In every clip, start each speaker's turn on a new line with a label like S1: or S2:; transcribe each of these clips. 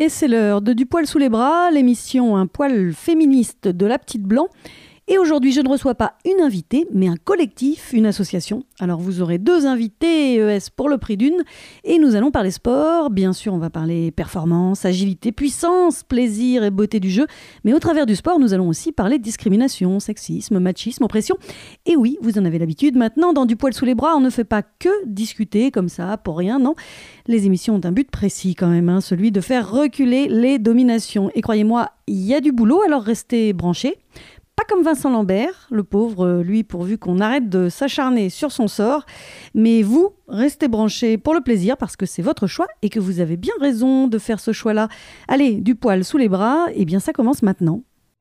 S1: Et c'est l'heure de Du poil sous les bras, l'émission Un poil féministe de La Petite Blanc. Et aujourd'hui, je ne reçois pas une invitée, mais un collectif, une association. Alors, vous aurez 2 invités ES pour le prix d'une. Et nous allons parler sport. Bien sûr, on va parler performance, agilité, puissance, plaisir et beauté du jeu. Mais au travers du sport, nous allons aussi parler discrimination, sexisme, machisme, oppression. Et oui, vous en avez l'habitude. Maintenant, dans Du poil sous les bras, on ne fait pas que discuter comme ça, pour rien, non. Les émissions ont un but précis quand même, celui de faire reculer les dominations. Et croyez-moi, il y a du boulot, alors restez branchés. Pas comme Vincent Lambert, le pauvre, lui, pourvu qu'on arrête de s'acharner sur son sort. Mais vous, restez branchés pour le plaisir parce que c'est votre choix et que vous avez bien raison de faire ce choix-là. Allez, du poil sous les bras, et bien ça commence maintenant.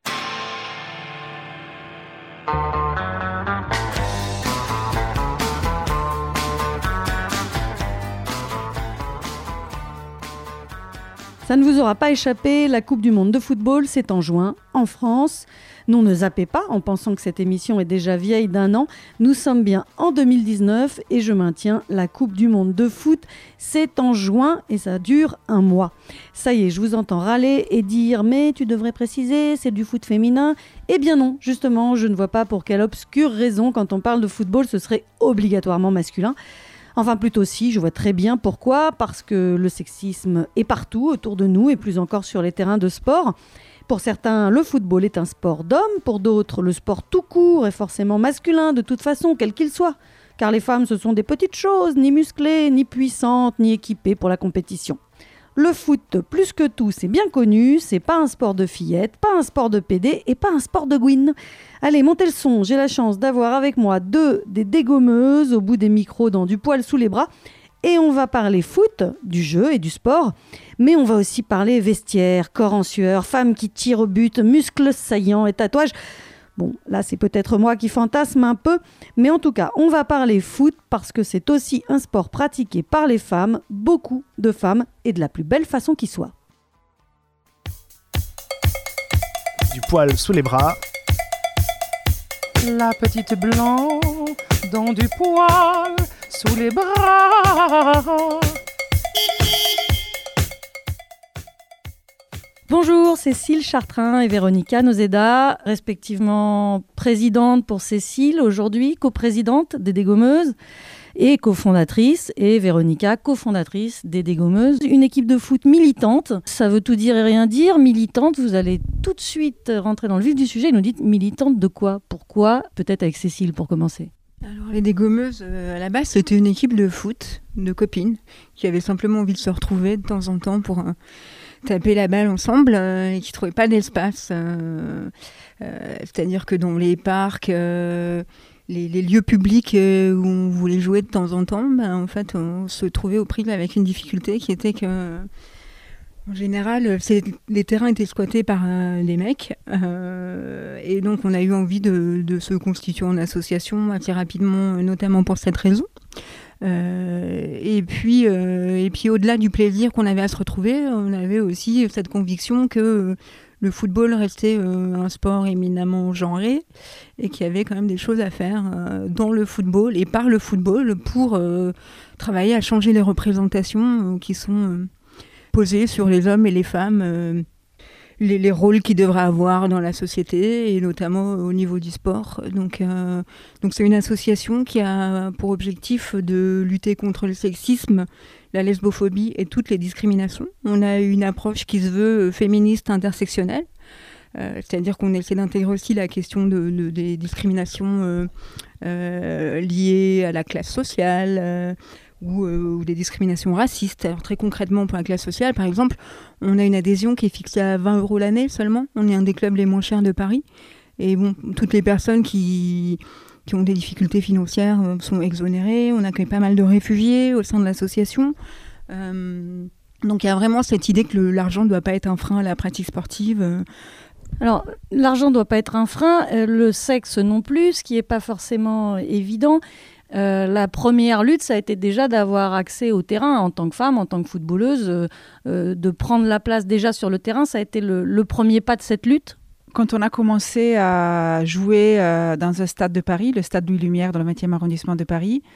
S1: Ça ne vous aura pas échappé, la Coupe du Monde de football, c'est en juin, en France. Non, ne zappez pas en pensant que cette émission est déjà vieille d'1 an. Nous sommes bien en 2019 et je maintiens, la Coupe du Monde de foot, c'est en juin et ça dure 1 mois. Ça y est, je vous entends râler et dire « mais tu devrais préciser, c'est du foot féminin ». Eh bien non, justement, je ne vois pas pour quelle obscure raison, quand on parle de football, ce serait obligatoirement masculin. Enfin, plutôt si, je vois très bien pourquoi, parce que le sexisme est partout autour de nous et plus encore sur les terrains de sport. Pour certains, le football est un sport d'hommes, pour d'autres, le sport tout court est forcément masculin de toute façon, quel qu'il soit. Car les femmes, ce sont des petites choses, ni musclées, ni puissantes, ni équipées pour la compétition. Le foot, plus que tout, c'est bien connu, c'est pas un sport de fillettes, pas un sport de PD et pas un sport de gouine. Allez, montez le son, j'ai la chance d'avoir avec moi 2 des dégommeuses au bout des micros dans Du poil sous les bras. Et on va parler foot, du jeu et du sport, mais on va aussi parler vestiaire, corps en sueur, femmes qui tirent au but, muscles saillants et tatouages. Bon, là, c'est peut-être moi qui fantasme un peu, mais en tout cas, on va parler foot parce que c'est aussi un sport pratiqué par les femmes, beaucoup de femmes, et de la plus belle façon qui soit.
S2: Du poil sous les bras.
S3: La petite blanc dans du poil sous les bras.
S1: Bonjour, Cécile Chartrain et Véronica Nozeda, respectivement présidente pour Cécile aujourd'hui, coprésidente des Dégommeuses et cofondatrice, et Véronica, cofondatrice des Dégommeuses. Une équipe de foot militante, ça veut tout dire et rien dire. Militante, vous allez tout de suite rentrer dans le vif du sujet et nous dites militante de quoi ? Pourquoi ? Peut-être avec Cécile pour commencer.
S4: Alors les Dégommeuses, à la base, c'était une équipe de foot, de copines, qui avaient simplement envie de se retrouver de temps en temps pour taper la balle ensemble et qui ne trouvaient pas d'espace. C'est-à-dire que dans les parcs, les lieux publics où on voulait jouer de temps en temps, en fait, on se trouvait aux prises avec une difficulté qui était que, en général, les terrains étaient squattés par des mecs. Et donc, on a eu envie de se constituer en association assez rapidement, notamment pour cette raison. Et puis au-delà du plaisir qu'on avait à se retrouver, on avait aussi cette conviction que le football restait un sport éminemment genré et qu'il y avait quand même des choses à faire dans le football et par le football pour travailler à changer les représentations qui sont posées sur les hommes et les femmes, les rôles qu'ils devraient avoir dans la société et notamment au niveau du sport. Donc c'est une association qui a pour objectif de lutter contre le sexisme, la lesbophobie et toutes les discriminations. On a une approche qui se veut féministe intersectionnelle, c'est-à-dire qu'on essaie d'intégrer aussi la question des discriminations liées à la classe sociale, ou des discriminations racistes. Alors très concrètement pour la classe sociale, par exemple, on a une adhésion qui est fixée à 20 € l'année seulement. On est un des clubs les moins chers de Paris. Et bon, toutes les personnes qui ont des difficultés financières sont exonérées. On accueille pas mal de réfugiés au sein de l'association. Donc il y a vraiment cette idée que l'argent ne doit pas être un frein à la pratique sportive.
S1: Alors, l'argent ne doit pas être un frein, le sexe non plus, ce qui n'est pas forcément évident. La première lutte, ça a été déjà d'avoir accès au terrain en tant que femme, en tant que footballeuse, de prendre la place déjà sur le terrain. Ça a été le premier pas de cette lutte.
S3: Quand on a commencé à jouer dans un stade de Paris, le stade Louis Lumière dans le 20e arrondissement de Paris,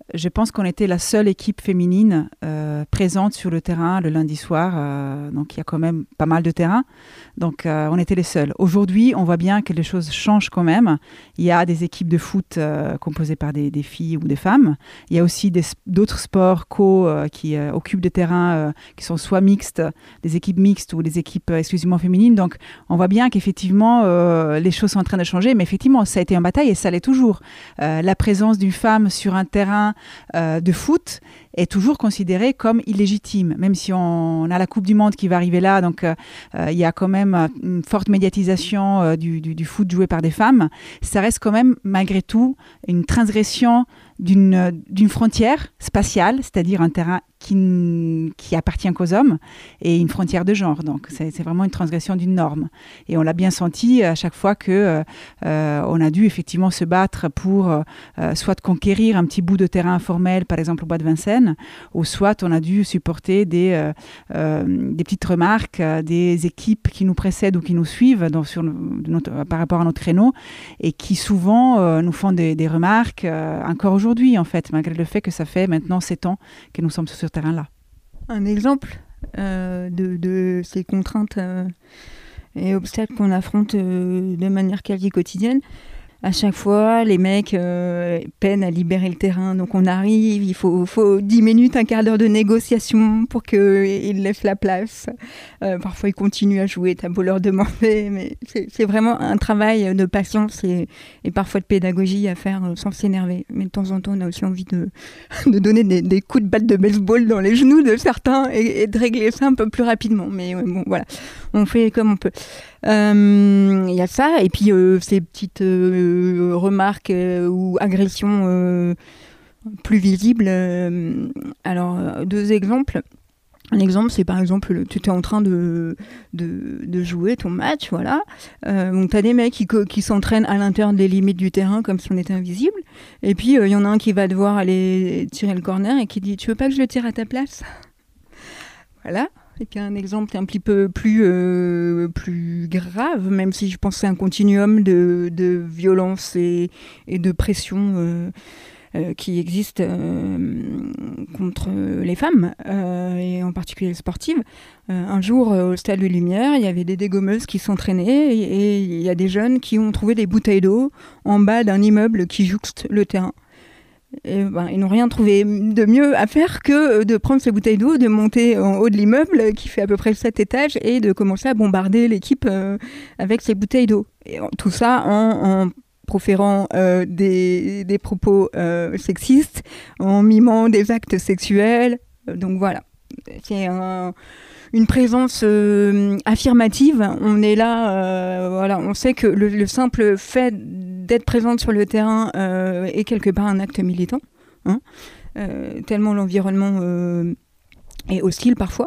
S3: je pense qu'on était la seule équipe féminine présente sur le terrain le lundi soir. Donc, il y a quand même pas mal de terrains. Donc, on était les seuls. Aujourd'hui, on voit bien que les choses changent quand même. Il y a des équipes de foot composées par des filles ou des femmes. Il y a aussi d'autres sports qui occupent des terrains qui sont soit mixtes, des équipes mixtes ou des équipes exclusivement féminines. Donc, on voit bien qu'effectivement, les choses sont en train de changer. Mais effectivement, ça a été une bataille et ça l'est toujours. La présence d'une femme sur un terrain de foot est toujours considérée comme illégitime, même si on a la Coupe du Monde qui va arriver là, donc il y a quand même une forte médiatisation du foot joué par des femmes. Ça reste quand même, malgré tout, une transgression d'une frontière spatiale, c'est-à-dire un terrain qui appartient qu'aux hommes, et une frontière de genre. Donc, c'est vraiment une transgression d'une norme. Et on l'a bien senti à chaque fois qu'on a dû effectivement se battre pour soit conquérir un petit bout de terrain informel, par exemple au Bois de Vincennes, ou soit on a dû supporter des petites remarques des équipes qui nous précèdent ou qui nous suivent par rapport à notre créneau, et qui souvent nous font des remarques encore aujourd'hui, en fait, malgré le fait que ça fait maintenant 7 ans que nous sommes sur ce terrain-là.
S4: Un exemple de ces contraintes et obstacles qu'on affronte de manière quasi quotidienne. À chaque fois, les mecs peinent à libérer le terrain. Donc on arrive, il faut 10 minutes, un quart d'heure de négociation pour qu'ils laissent la place. Parfois, ils continuent à jouer, t'as beau leur demander. Mais c'est vraiment un travail de patience et parfois de pédagogie à faire sans s'énerver. Mais de temps en temps, on a aussi envie de donner des coups de batte de baseball dans les genoux de certains et de régler ça un peu plus rapidement. Mais bon, voilà, on fait comme on peut. Il y a ça, et puis ces petites remarques ou agressions plus visibles. Alors, 2 exemples. Un exemple, c'est par exemple, tu es en train de jouer ton match, voilà. Donc, tu as des mecs qui s'entraînent à l'intérieur des limites du terrain comme si on était invisible. Et puis, il y en a un qui va devoir aller tirer le corner et qui dit « Tu veux pas que je le tire à ta place ?» Voilà. Et puis un exemple un petit peu plus grave, même si je pense que c'est un continuum de violence et de pression qui existe contre les femmes, et en particulier les sportives. Un jour, au Stade de Lumière, il y avait des dégommeuses qui s'entraînaient et il y a des jeunes qui ont trouvé des bouteilles d'eau en bas d'un immeuble qui jouxte le terrain. Et ils n'ont rien trouvé de mieux à faire que de prendre ces bouteilles d'eau, de monter en haut de l'immeuble qui fait à peu près 7 étages et de commencer à bombarder l'équipe avec ces bouteilles d'eau. Et tout ça en proférant des propos sexistes, en mimant des actes sexuels. Donc voilà, c'est une présence affirmative. On est là, voilà, on sait que le simple fait d'être présente sur le terrain est quelque part un acte militant, hein, tellement l'environnement est hostile parfois.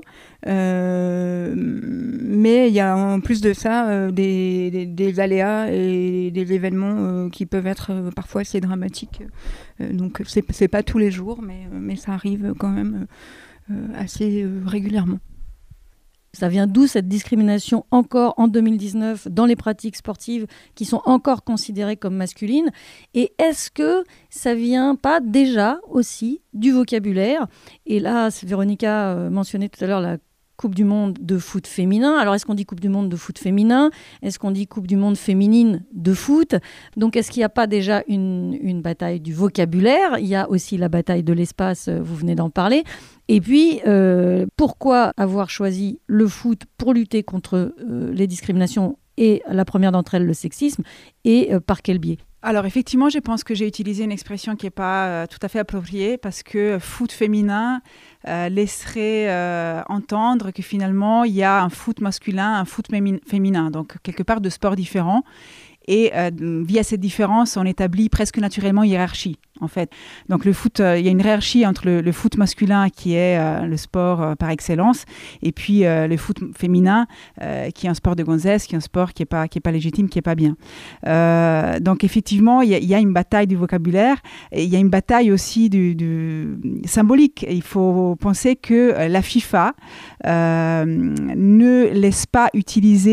S4: Mais il y a en plus de ça des aléas et des événements qui peuvent être parfois assez dramatiques. Donc c'est pas tous les jours, mais ça arrive quand même assez régulièrement.
S1: Ça vient d'où cette discrimination encore en 2019 dans les pratiques sportives qui sont encore considérées comme masculines? Et est-ce que ça vient pas déjà aussi du vocabulaire? Et là, Véronica mentionnait tout à l'heure la Coupe du Monde de foot féminin. Alors, est-ce qu'on dit Coupe du Monde de foot féminin? Est-ce qu'on dit Coupe du Monde féminine de foot? Donc, est-ce qu'il n'y a pas déjà une bataille du vocabulaire? Il y a aussi la bataille de l'espace, vous venez d'en parler. Et puis, pourquoi avoir choisi le foot pour lutter contre les discriminations et la première d'entre elles, le sexisme, et par quel biais?
S3: Alors effectivement, je pense que j'ai utilisé une expression qui n'est pas tout à fait appropriée parce que foot féminin laisserait entendre que finalement il y a un foot masculin, un foot féminin, donc quelque part de sports différents. Et via cette différence, on établit presque naturellement une hiérarchie, en fait. Donc le foot, il y a une hiérarchie entre le foot masculin qui est le sport par excellence, et puis le foot féminin qui est un sport de gonzesse, qui est un sport qui est pas légitime, qui est pas bien. Donc effectivement, il y a une bataille du vocabulaire, et il y a une bataille aussi du symbolique. Il faut penser que la FIFA ne laisse pas utiliser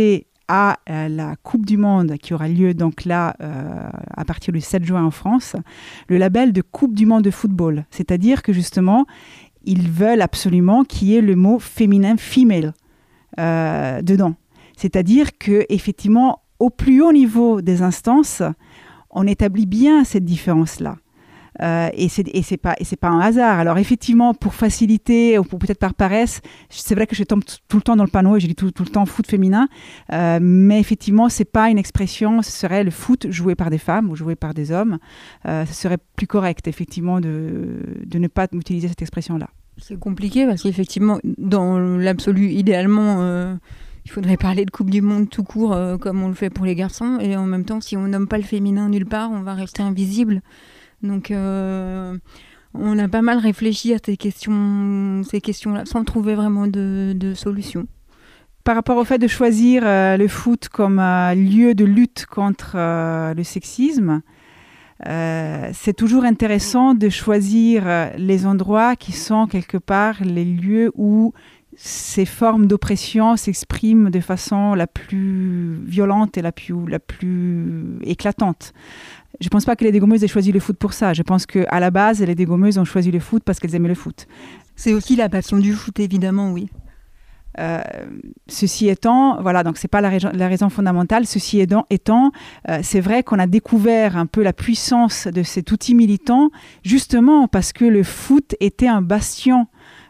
S3: à la Coupe du Monde qui aura lieu donc là à partir du 7 juin en France, le label de Coupe du Monde de football. C'est-à-dire que justement, ils veulent absolument qu'il y ait le mot féminin, female, dedans. C'est-à-dire qu'effectivement, au plus haut niveau des instances, on établit bien cette différence-là. Et c'est pas un hasard. Alors effectivement, pour faciliter ou peut-être par paresse, c'est vrai que je tombe tout le temps dans le panneau et je dis tout le temps foot féminin, mais effectivement, c'est pas une expression. Ce serait le foot joué par des femmes ou joué par des hommes. Ce serait plus correct effectivement de ne pas utiliser cette expression-là.
S4: C'est compliqué parce qu'effectivement, dans l'absolu, idéalement, il faudrait parler de Coupe du Monde tout court, comme on le fait pour les garçons, et en même temps, si on nomme pas le féminin nulle part, on va rester invisible. Donc, on a pas mal réfléchi à ces questions-là, sans trouver vraiment de solution.
S3: Par rapport au fait de choisir le foot comme lieu de lutte contre le sexisme, c'est toujours intéressant de choisir les endroits qui sont quelque part les lieux où ces formes d'oppression s'expriment de façon la plus violente et la plus éclatante. Je ne pense pas que les dégommeuses aient choisi le foot pour ça. Je pense qu'à la base, les dégommeuses ont choisi le foot parce qu'elles aimaient le foot.
S4: C'est aussi la passion du foot, évidemment, oui.
S3: Ceci étant, voilà, donc c'est pas la raison fondamentale. Ceci étant, c'est vrai qu'on a découvert un peu la puissance de cet outil militant, justement parce que le foot était un bastion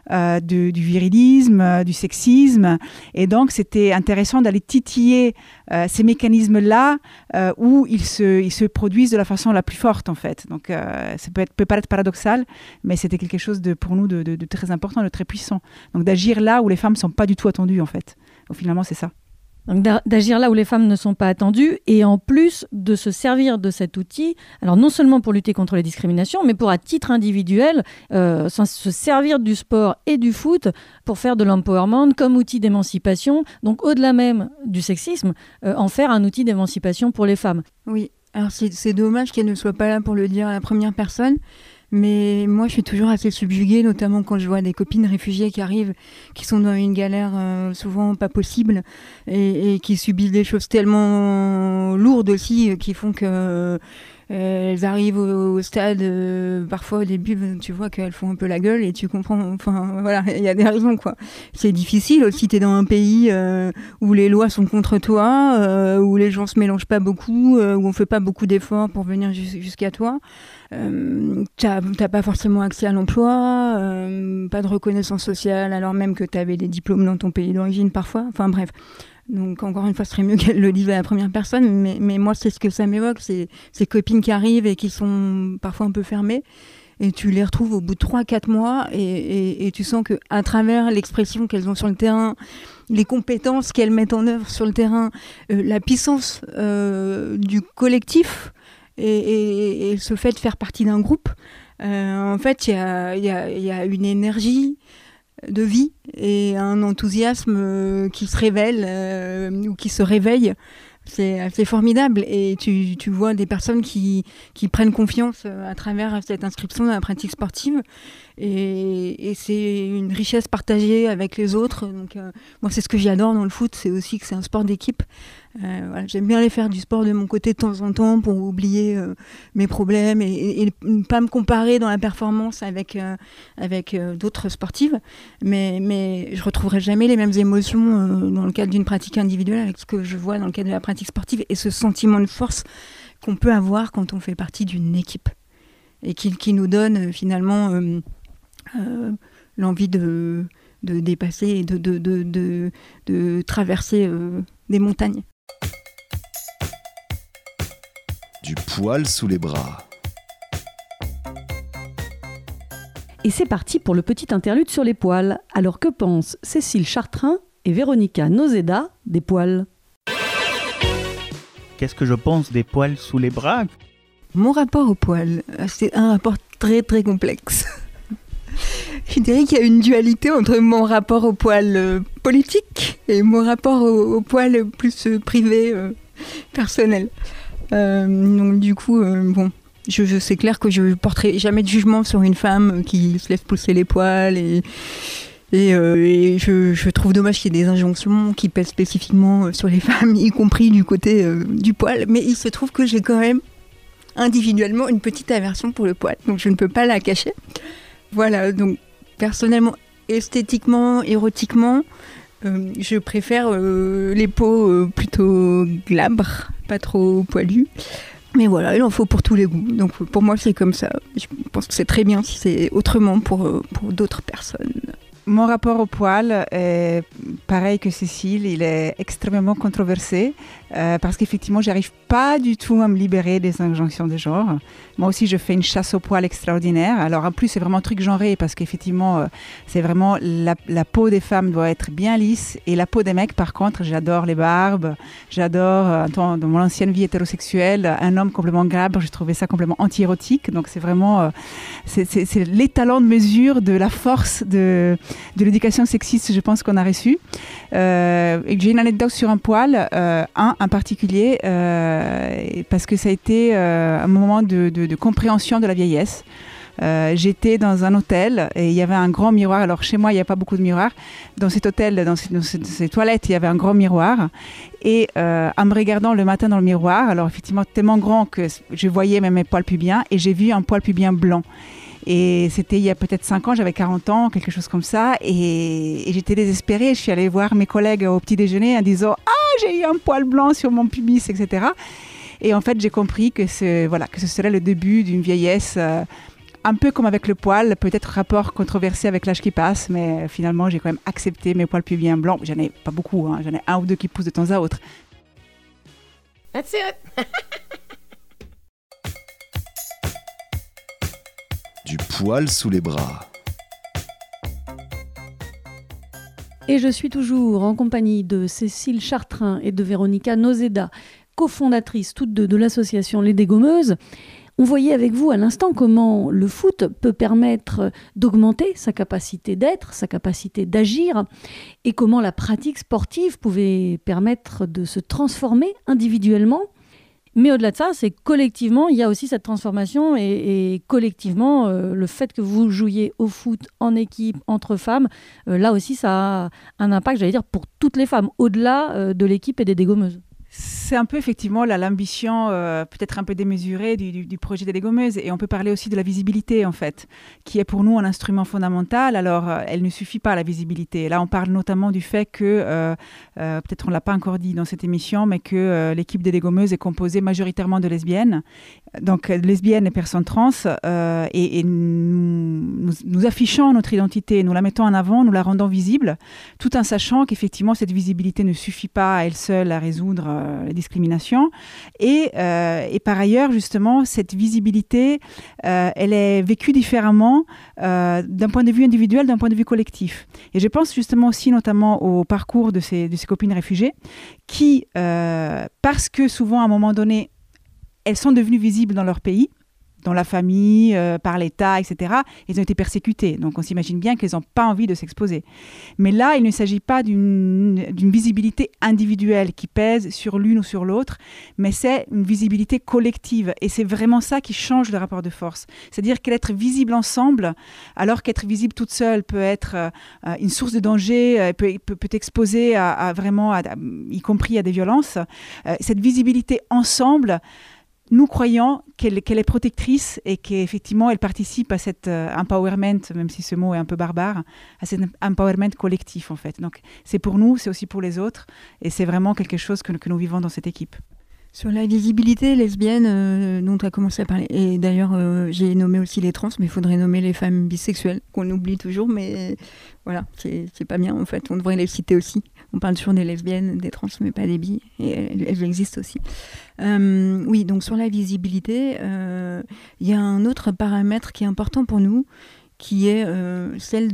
S3: du virilisme, du sexisme, et donc c'était intéressant d'aller titiller ces mécanismes-là où ils se produisent de la façon la plus forte en fait. Donc ça peut paraître paradoxal, mais c'était quelque chose pour nous de très important, de très puissant. Donc d'agir là où les femmes ne sont pas du tout attendues en fait. Donc finalement c'est ça.
S1: Donc d'agir là où les femmes ne sont pas attendues et en plus de se servir de cet outil, alors non seulement pour lutter contre les discriminations, mais pour à titre individuel se servir du sport et du foot pour faire de l'empowerment comme outil d'émancipation, donc au-delà même du sexisme, en faire un outil d'émancipation pour les femmes.
S4: Oui, alors c'est dommage qu'elle ne soit pas là pour le dire à la première personne. Mais moi, je suis toujours assez subjuguée, notamment quand je vois des copines réfugiées qui arrivent, qui sont dans une galère souvent pas possible et qui subissent des choses tellement lourdes aussi, qui font que elles arrivent au stade, parfois au début, tu vois qu'elles font un peu la gueule et tu comprends, enfin voilà, il y a des raisons quoi. C'est difficile aussi, t'es dans un pays où les lois sont contre toi, où les gens se mélangent pas beaucoup, où on fait pas beaucoup d'efforts pour venir jusqu'à toi. T'as pas forcément accès à l'emploi, pas de reconnaissance sociale alors même que t'avais des diplômes dans ton pays d'origine parfois, enfin bref. Donc encore une fois, ce serait mieux qu'elle le dise à la première personne, mais moi c'est ce que ça m'évoque, c'est ces copines qui arrivent et qui sont parfois un peu fermées, et tu les retrouves au bout de 3-4 mois, et tu sens qu'à travers l'expression qu'elles ont sur le terrain, les compétences qu'elles mettent en œuvre sur le terrain, la puissance du collectif, et ce fait de faire partie d'un groupe, en fait il y a une énergie de vie et un enthousiasme qui se révèle ou qui se réveille. C'est assez formidable, et tu vois des personnes qui prennent confiance à travers cette inscription dans la pratique sportive, et c'est une richesse partagée avec les autres. Donc moi c'est ce que j'adore dans le foot, c'est aussi que c'est un sport d'équipe. Voilà, j'aime bien aller faire du sport de mon côté de temps en temps pour oublier mes problèmes et ne pas me comparer dans la performance avec d'autres sportives, mais je retrouverai jamais les mêmes émotions dans le cadre d'une pratique individuelle avec ce que je vois dans le cadre de la pratique sportive, et ce sentiment de force qu'on peut avoir quand on fait partie d'une équipe et qui nous donne finalement l'envie de dépasser et de traverser des montagnes.
S5: Du poil sous les bras.
S1: Et c'est parti pour le petit interlude sur les poils. Alors que pensent Cécile Chartrain et Véronica Nozeda des poils ?
S6: Qu'est-ce que je pense des poils sous les bras ?
S4: Mon rapport aux poils, c'est un rapport très très complexe. Je dirais qu'il y a une dualité entre mon rapport aux poils politique et mon rapport aux poils plus privé, personnel. Donc du coup, bon, c'est clair que je ne porterai jamais de jugement sur une femme qui se laisse pousser les poils Et je trouve dommage qu'il y ait des injonctions qui pèsent spécifiquement sur les femmes, y compris du côté du poil. Mais il se trouve que j'ai quand même individuellement une petite aversion pour le poil, donc je ne peux pas la cacher. Voilà, donc personnellement, esthétiquement, érotiquement, je préfère les peaux plutôt glabres, pas trop poilues. Mais voilà, il en faut pour tous les goûts. Donc pour moi, c'est comme ça. Je pense que c'est très bien si c'est autrement pour d'autres personnes.
S3: Mon rapport au poil est pareil que Cécile, il est extrêmement controversé parce qu'effectivement, j'arrive pas du tout à me libérer des injonctions de genre. Moi aussi, je fais une chasse au poil extraordinaire. Alors en plus, c'est vraiment un truc genré parce qu'effectivement, c'est vraiment la peau des femmes doit être bien lisse et la peau des mecs, par contre, j'adore les barbes, j'adore, dans mon ancienne vie hétérosexuelle, un homme complètement glabre, je trouvais ça complètement anti-érotique. Donc c'est vraiment, c'est l'étalon de mesure de la force de l'éducation sexiste, je pense qu'on a reçu. Et j'ai une anecdote sur un poil, un particulier, parce que ça a été un moment de compréhension de la vieillesse. J'étais dans un hôtel et il y avait un grand miroir. Alors chez moi, il n'y a pas beaucoup de miroirs. Dans cet hôtel, dans ces toilettes, il y avait un grand miroir. Et en me regardant le matin dans le miroir, alors effectivement tellement grand que je voyais même mes poils pubiens, et j'ai vu un poil pubien blanc. Et c'était il y a peut-être 5 ans, j'avais 40 ans, quelque chose comme ça. Et j'étais désespérée. Je suis allée voir mes collègues au petit déjeuner en disant « Ah, j'ai eu un poil blanc sur mon pubis, etc. » Et en fait, j'ai compris que ce serait le début d'une vieillesse, un peu comme avec le poil, peut-être rapport controversé avec l'âge qui passe, mais finalement, j'ai quand même accepté mes poils pubiens blancs. J'en ai pas beaucoup, hein. J'en ai 1 ou 2 qui poussent de temps à autre.
S7: That's it.
S5: Du poil sous les bras.
S1: Et je suis toujours en compagnie de Cécile Chartrain et de Véronica Nozeda, cofondatrices toutes deux de l'association Les Dégommeuses. On voyait avec vous à l'instant comment le foot peut permettre d'augmenter sa capacité d'être, sa capacité d'agir, et comment la pratique sportive pouvait permettre de se transformer individuellement. Mais au-delà de ça, c'est collectivement, il y a aussi cette transformation et collectivement, le fait que vous jouiez au foot en équipe, entre femmes, là aussi, ça a un impact, j'allais dire, pour toutes les femmes, au-delà de l'équipe et des dégommeuses.
S3: C'est un peu effectivement l'ambition peut-être un peu démesurée du projet des dégommeuses, et on peut parler aussi de la visibilité en fait, qui est pour nous un instrument fondamental. Alors elle ne suffit pas, la visibilité. Là on parle notamment du fait que, peut-être on ne l'a pas encore dit dans cette émission, mais que l'équipe des dégommeuses est composée majoritairement de lesbiennes, donc lesbiennes et personnes trans, et nous affichons notre identité, nous la mettons en avant, nous la rendons visible, tout en sachant qu'effectivement cette visibilité ne suffit pas à elle seule à résoudre la discrimination. Et par ailleurs, justement, cette visibilité, elle est vécue différemment d'un point de vue individuel, d'un point de vue collectif. Et je pense justement aussi notamment au parcours de ces copines réfugiées qui, parce que souvent à un moment donné, elles sont devenues visibles dans leur pays, dans la famille, par l'État, etc. Ils ont été persécutés. Donc on s'imagine bien qu'ils n'ont pas envie de s'exposer. Mais là, il ne s'agit pas d'une visibilité individuelle qui pèse sur l'une ou sur l'autre, mais c'est une visibilité collective. Et c'est vraiment ça qui change le rapport de force. C'est-à-dire qu'être visible ensemble, alors qu'être visible toute seule peut être une source de danger, peut exposer à vraiment, y compris à des violences. Cette visibilité ensemble, nous croyons qu'elle est protectrice et qu'effectivement, elle participe à cet empowerment, même si ce mot est un peu barbare, à cet empowerment collectif, en fait. Donc, c'est pour nous, c'est aussi pour les autres, et c'est vraiment quelque chose que nous vivons dans cette équipe.
S4: Sur la visibilité lesbienne dont tu as commencé à parler, et d'ailleurs j'ai nommé aussi les trans, mais il faudrait nommer les femmes bisexuelles, qu'on oublie toujours, mais voilà, c'est pas bien en fait, on devrait les citer aussi. On parle toujours des lesbiennes, des trans, mais pas des bi, et elles existent aussi. Oui, donc sur la visibilité, il y a un autre paramètre qui est important pour nous, qui est celui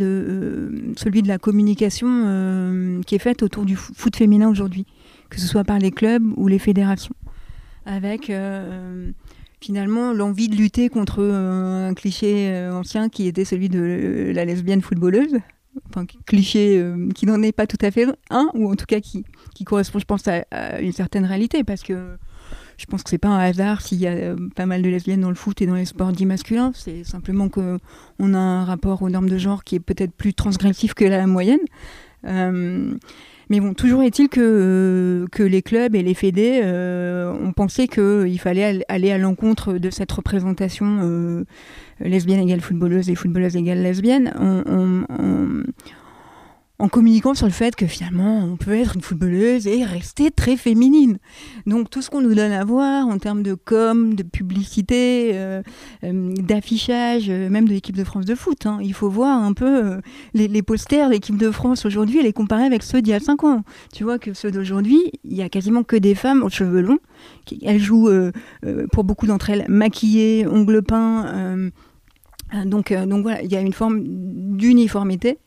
S4: de la communication qui est faite autour du foot féminin aujourd'hui, que ce soit par les clubs ou les fédérations, avec finalement l'envie de lutter contre un cliché ancien qui était celui de la lesbienne footballeuse, enfin cliché qui n'en est pas tout à fait un, ou en tout cas qui correspond, je pense, à une certaine réalité, parce que je pense que c'est pas un hasard s'il y a pas mal de lesbiennes dans le foot et dans les sports dits masculins. C'est simplement qu'on a un rapport aux normes de genre qui est peut-être plus transgressif que la moyenne. Mais bon, toujours est-il que les clubs et les fédés ont pensé qu'il fallait aller à l'encontre de cette représentation lesbienne égale footballeuse et footballeuse égale lesbienne en communiquant sur le fait que finalement on peut être une footballeuse et rester très féminine. Donc tout ce qu'on nous donne à voir en termes de com, de publicité, d'affichage, même de l'équipe de France de foot, hein. Il faut voir un peu les posters de l'équipe de France aujourd'hui et les comparer avec ceux d'il y a 5 ans. Tu vois que ceux d'aujourd'hui, il y a quasiment que des femmes aux cheveux longs. Elles jouent, pour beaucoup d'entre elles, maquillées, ongles peints. Donc voilà, il y a une forme d'uniformité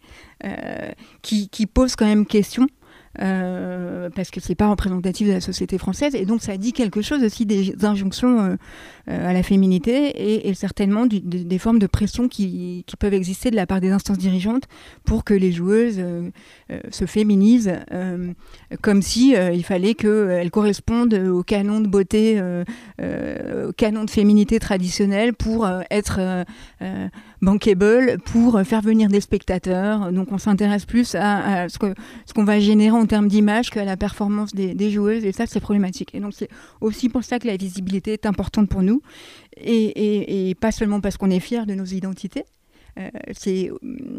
S4: qui pose quand même question parce que c'est pas représentatif de la société française et donc ça dit quelque chose aussi des injonctions à la féminité et certainement des formes de pression qui peuvent exister de la part des instances dirigeantes pour que les joueuses se féminisent comme si il fallait qu'elles correspondent au canon de beauté, au canon de féminité traditionnel pour être bankable, pour faire venir des spectateurs. Donc on s'intéresse plus à ce qu'on va générer en termes d'image qu'à la performance des joueuses et ça c'est problématique. Et donc c'est aussi pour ça que la visibilité est importante pour nous et pas seulement parce qu'on est fiers de nos identités. C'est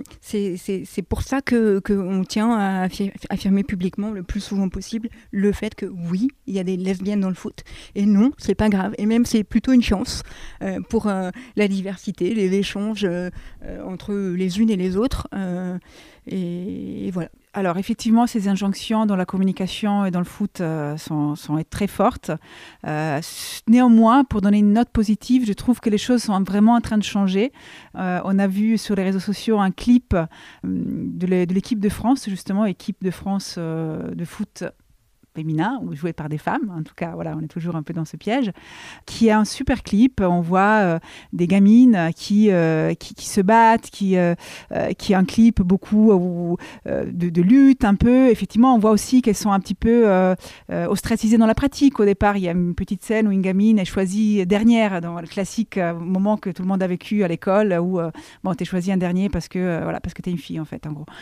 S4: pour ça qu'on tient à affirmer publiquement le plus souvent possible le fait que oui, il y a des lesbiennes dans le foot et non, c'est pas grave et même c'est plutôt une chance pour la diversité, les échanges entre les unes et les autres et voilà.
S3: Alors effectivement, ces injonctions dans la communication et dans le foot sont très fortes. Néanmoins, pour donner une note positive, je trouve que les choses sont vraiment en train de changer. On a vu sur les réseaux sociaux un clip de l'équipe de France, justement, équipe de France de foot féminin ou joué par des femmes, en tout cas voilà, on est toujours un peu dans ce piège, qui a un super clip. On voit des gamines qui se battent, qui a un clip beaucoup de lutte un peu. Effectivement, on voit aussi qu'elles sont un petit peu ostracisées dans la pratique. Au départ, il y a une petite scène où une gamine est choisie dernière dans le classique moment que tout le monde a vécu à l'école où t'es choisie un dernier parce que t'es une fille en fait, en gros.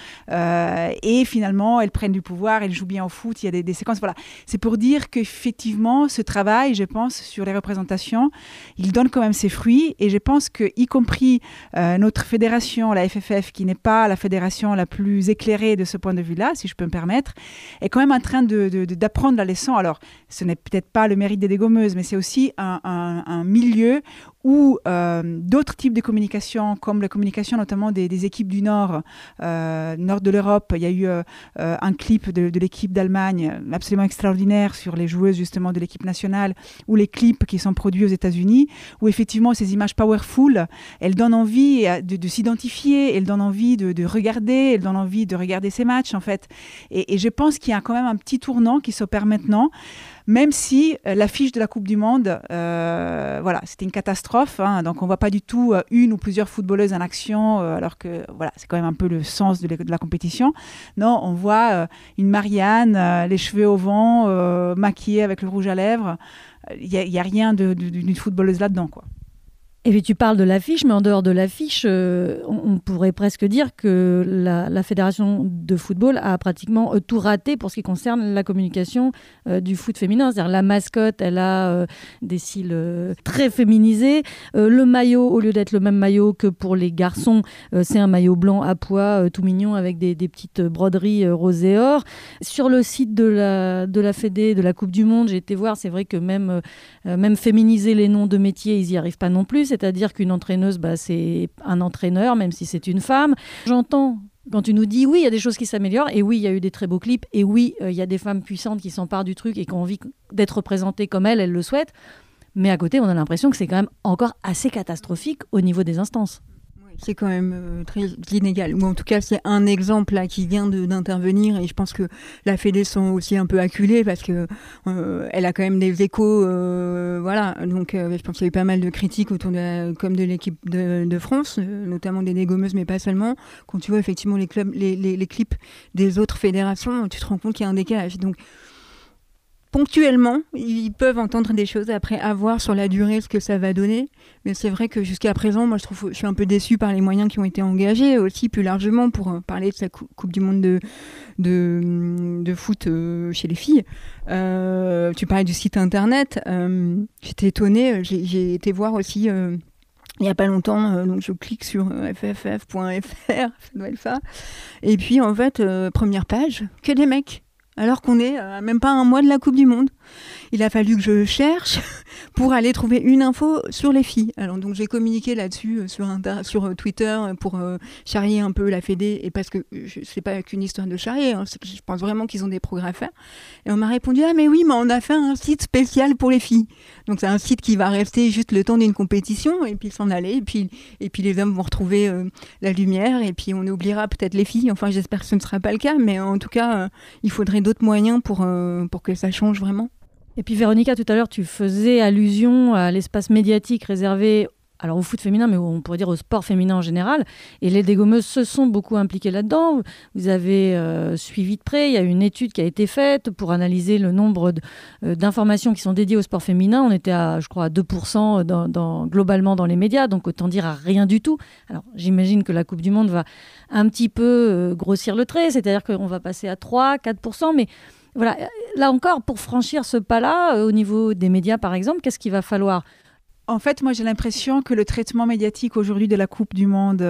S3: Et finalement, elles prennent du pouvoir, elles jouent bien au foot. Il y a des séquences. Voilà. C'est pour dire qu'effectivement, ce travail, je pense, sur les représentations, il donne quand même ses fruits. Et je pense que, y compris notre fédération, la FFF, qui n'est pas la fédération la plus éclairée de ce point de vue-là, si je peux me permettre, est quand même en train d'apprendre la leçon. Alors, ce n'est peut-être pas le mérite des dégommeuses, mais c'est aussi un milieu où d'autres types de communication, comme la communication notamment des équipes du nord de l'Europe, il y a eu un clip de l'équipe d'Allemagne absolument extraordinaire sur les joueuses justement de l'équipe nationale, ou les clips qui sont produits aux États-Unis, où effectivement ces images powerful, elles donnent envie de s'identifier, elles donnent envie de regarder, elles donnent envie de regarder ces matchs en fait. Et je pense qu'il y a quand même un petit tournant qui s'opère maintenant, même si l'affiche de la Coupe du Monde, c'était une catastrophe, hein, donc on ne voit pas du tout une ou plusieurs footballeuses en action, alors que c'est quand même un peu le sens de la compétition. Non, on voit une Marianne, les cheveux au vent, maquillée avec le rouge à lèvres. Il n'y a rien d'une footballeuse là-dedans, quoi.
S1: Et puis tu parles de l'affiche, mais en dehors de l'affiche, on pourrait presque dire que la Fédération de football a pratiquement tout raté pour ce qui concerne la communication du foot féminin. C'est-à-dire la mascotte, elle a des cils très féminisés. Le maillot, au lieu d'être le même maillot que pour les garçons, c'est un maillot blanc à pois, tout mignon, avec des petites broderies rose et or. Sur le site de la Fédé, de la Coupe du Monde, j'ai été voir, c'est vrai que même féminiser les noms de métiers, ils n'y arrivent pas non plus. C'est-à-dire qu'une entraîneuse, c'est un entraîneur, même si c'est une femme. J'entends quand tu nous dis, oui, il y a des choses qui s'améliorent, et oui, il y a eu des très beaux clips, et oui, il y a des femmes puissantes qui s'emparent du truc et qui ont envie d'être représentées comme elles le souhaitent. Mais à côté, on a l'impression que c'est quand même encore assez catastrophique au niveau des instances.
S4: C'est quand même très inégal. Ou en tout cas, c'est un exemple là qui vient d'intervenir et je pense que la Fédé sont aussi un peu acculée parce que elle a quand même des échos. Voilà. Donc, je pense qu'il y a eu pas mal de critiques autour de l'équipe de France, notamment des dégommeuses, mais pas seulement. Quand tu vois effectivement les, clubs, les clips des autres fédérations, tu te rends compte qu'il y a un décalage. Donc, ponctuellement, ils peuvent entendre des choses, après à voir sur la durée ce que ça va donner. Mais c'est vrai que jusqu'à présent, moi je suis un peu déçue par les moyens qui ont été engagés, aussi plus largement pour parler de sa Coupe du Monde de foot chez les filles. Tu parlais du site internet, j'étais étonnée, j'ai été voir aussi il n'y a pas longtemps, donc je clique sur fff.fr, ça doit être ça. Et puis en fait, première page, que des mecs. Alors qu'on est même pas un mois de la Coupe du Monde. Il a fallu que je cherche pour aller trouver une info sur les filles. Alors donc j'ai communiqué là-dessus sur Twitter pour charrier un peu la Fédé, et parce que c'est pas qu'une histoire de charrier, hein, c'est que je pense vraiment qu'ils ont des progrès à faire. Et on m'a répondu mais oui, mais on a fait un site spécial pour les filles. Donc c'est un site qui va rester juste le temps d'une compétition et puis s'en aller, et puis les hommes vont retrouver la lumière, et puis on oubliera peut-être les filles. Enfin j'espère que ce ne sera pas le cas, mais en tout cas il faudrait d'autres moyens pour que ça change vraiment.
S1: Et puis Véronica, tout à l'heure, tu faisais allusion à l'espace médiatique réservé au foot féminin, mais on pourrait dire au sport féminin en général. Et les dégommeuses se sont beaucoup impliquées là-dedans. Vous avez suivi de près, il y a une étude qui a été faite pour analyser le nombre d'informations qui sont dédiées au sport féminin. On était à 2% globalement dans les médias, donc autant dire à rien du tout. Alors j'imagine que la Coupe du Monde va un petit peu grossir le trait, c'est-à-dire qu'on va passer à 3-4%, mais voilà, là encore, pour franchir ce pas-là, au niveau des médias par exemple, qu'est-ce qu'il va falloir ?
S3: En fait, moi, j'ai l'impression que le traitement médiatique aujourd'hui de la Coupe du Monde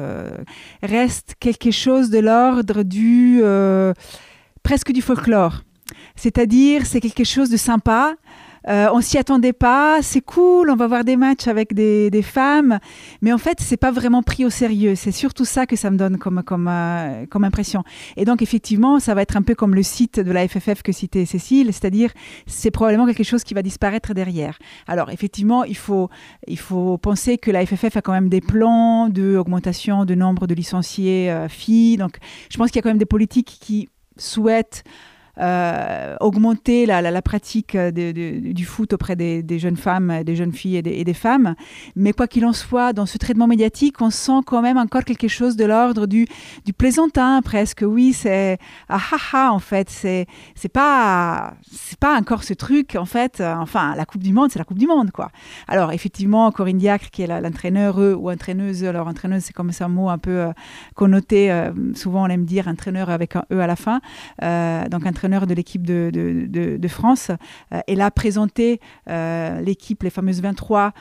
S3: reste quelque chose de l'ordre presque du folklore. C'est-à-dire, c'est quelque chose de sympa. On s'y attendait pas, c'est cool, on va voir des matchs avec des femmes, mais en fait c'est pas vraiment pris au sérieux. C'est surtout ça que ça me donne comme impression. Et donc effectivement ça va être un peu comme le site de la FFF que citait Cécile, c'est-à-dire c'est probablement quelque chose qui va disparaître derrière. Alors effectivement il faut penser que la FFF a quand même des plans d'augmentation de nombre de licenciés filles, donc je pense qu'il y a quand même des politiques qui souhaitent augmenter la pratique du foot auprès des jeunes femmes, des jeunes filles et des femmes. Mais quoi qu'il en soit, dans ce traitement médiatique, on sent quand même encore quelque chose de l'ordre du plaisantin presque. Oui, c'est en fait, c'est pas encore ce truc en fait. Enfin, la Coupe du Monde, c'est la Coupe du Monde quoi. Alors effectivement, Corinne Diacre qui est l'entraîneur ou entraîneuse. Alors entraîneuse, c'est comme ça un mot un peu connoté. Souvent, on aime dire entraîneur avec un E à la fin. Donc entraîneur de l'équipe de France. Elle a présenté l'équipe, les fameuses 23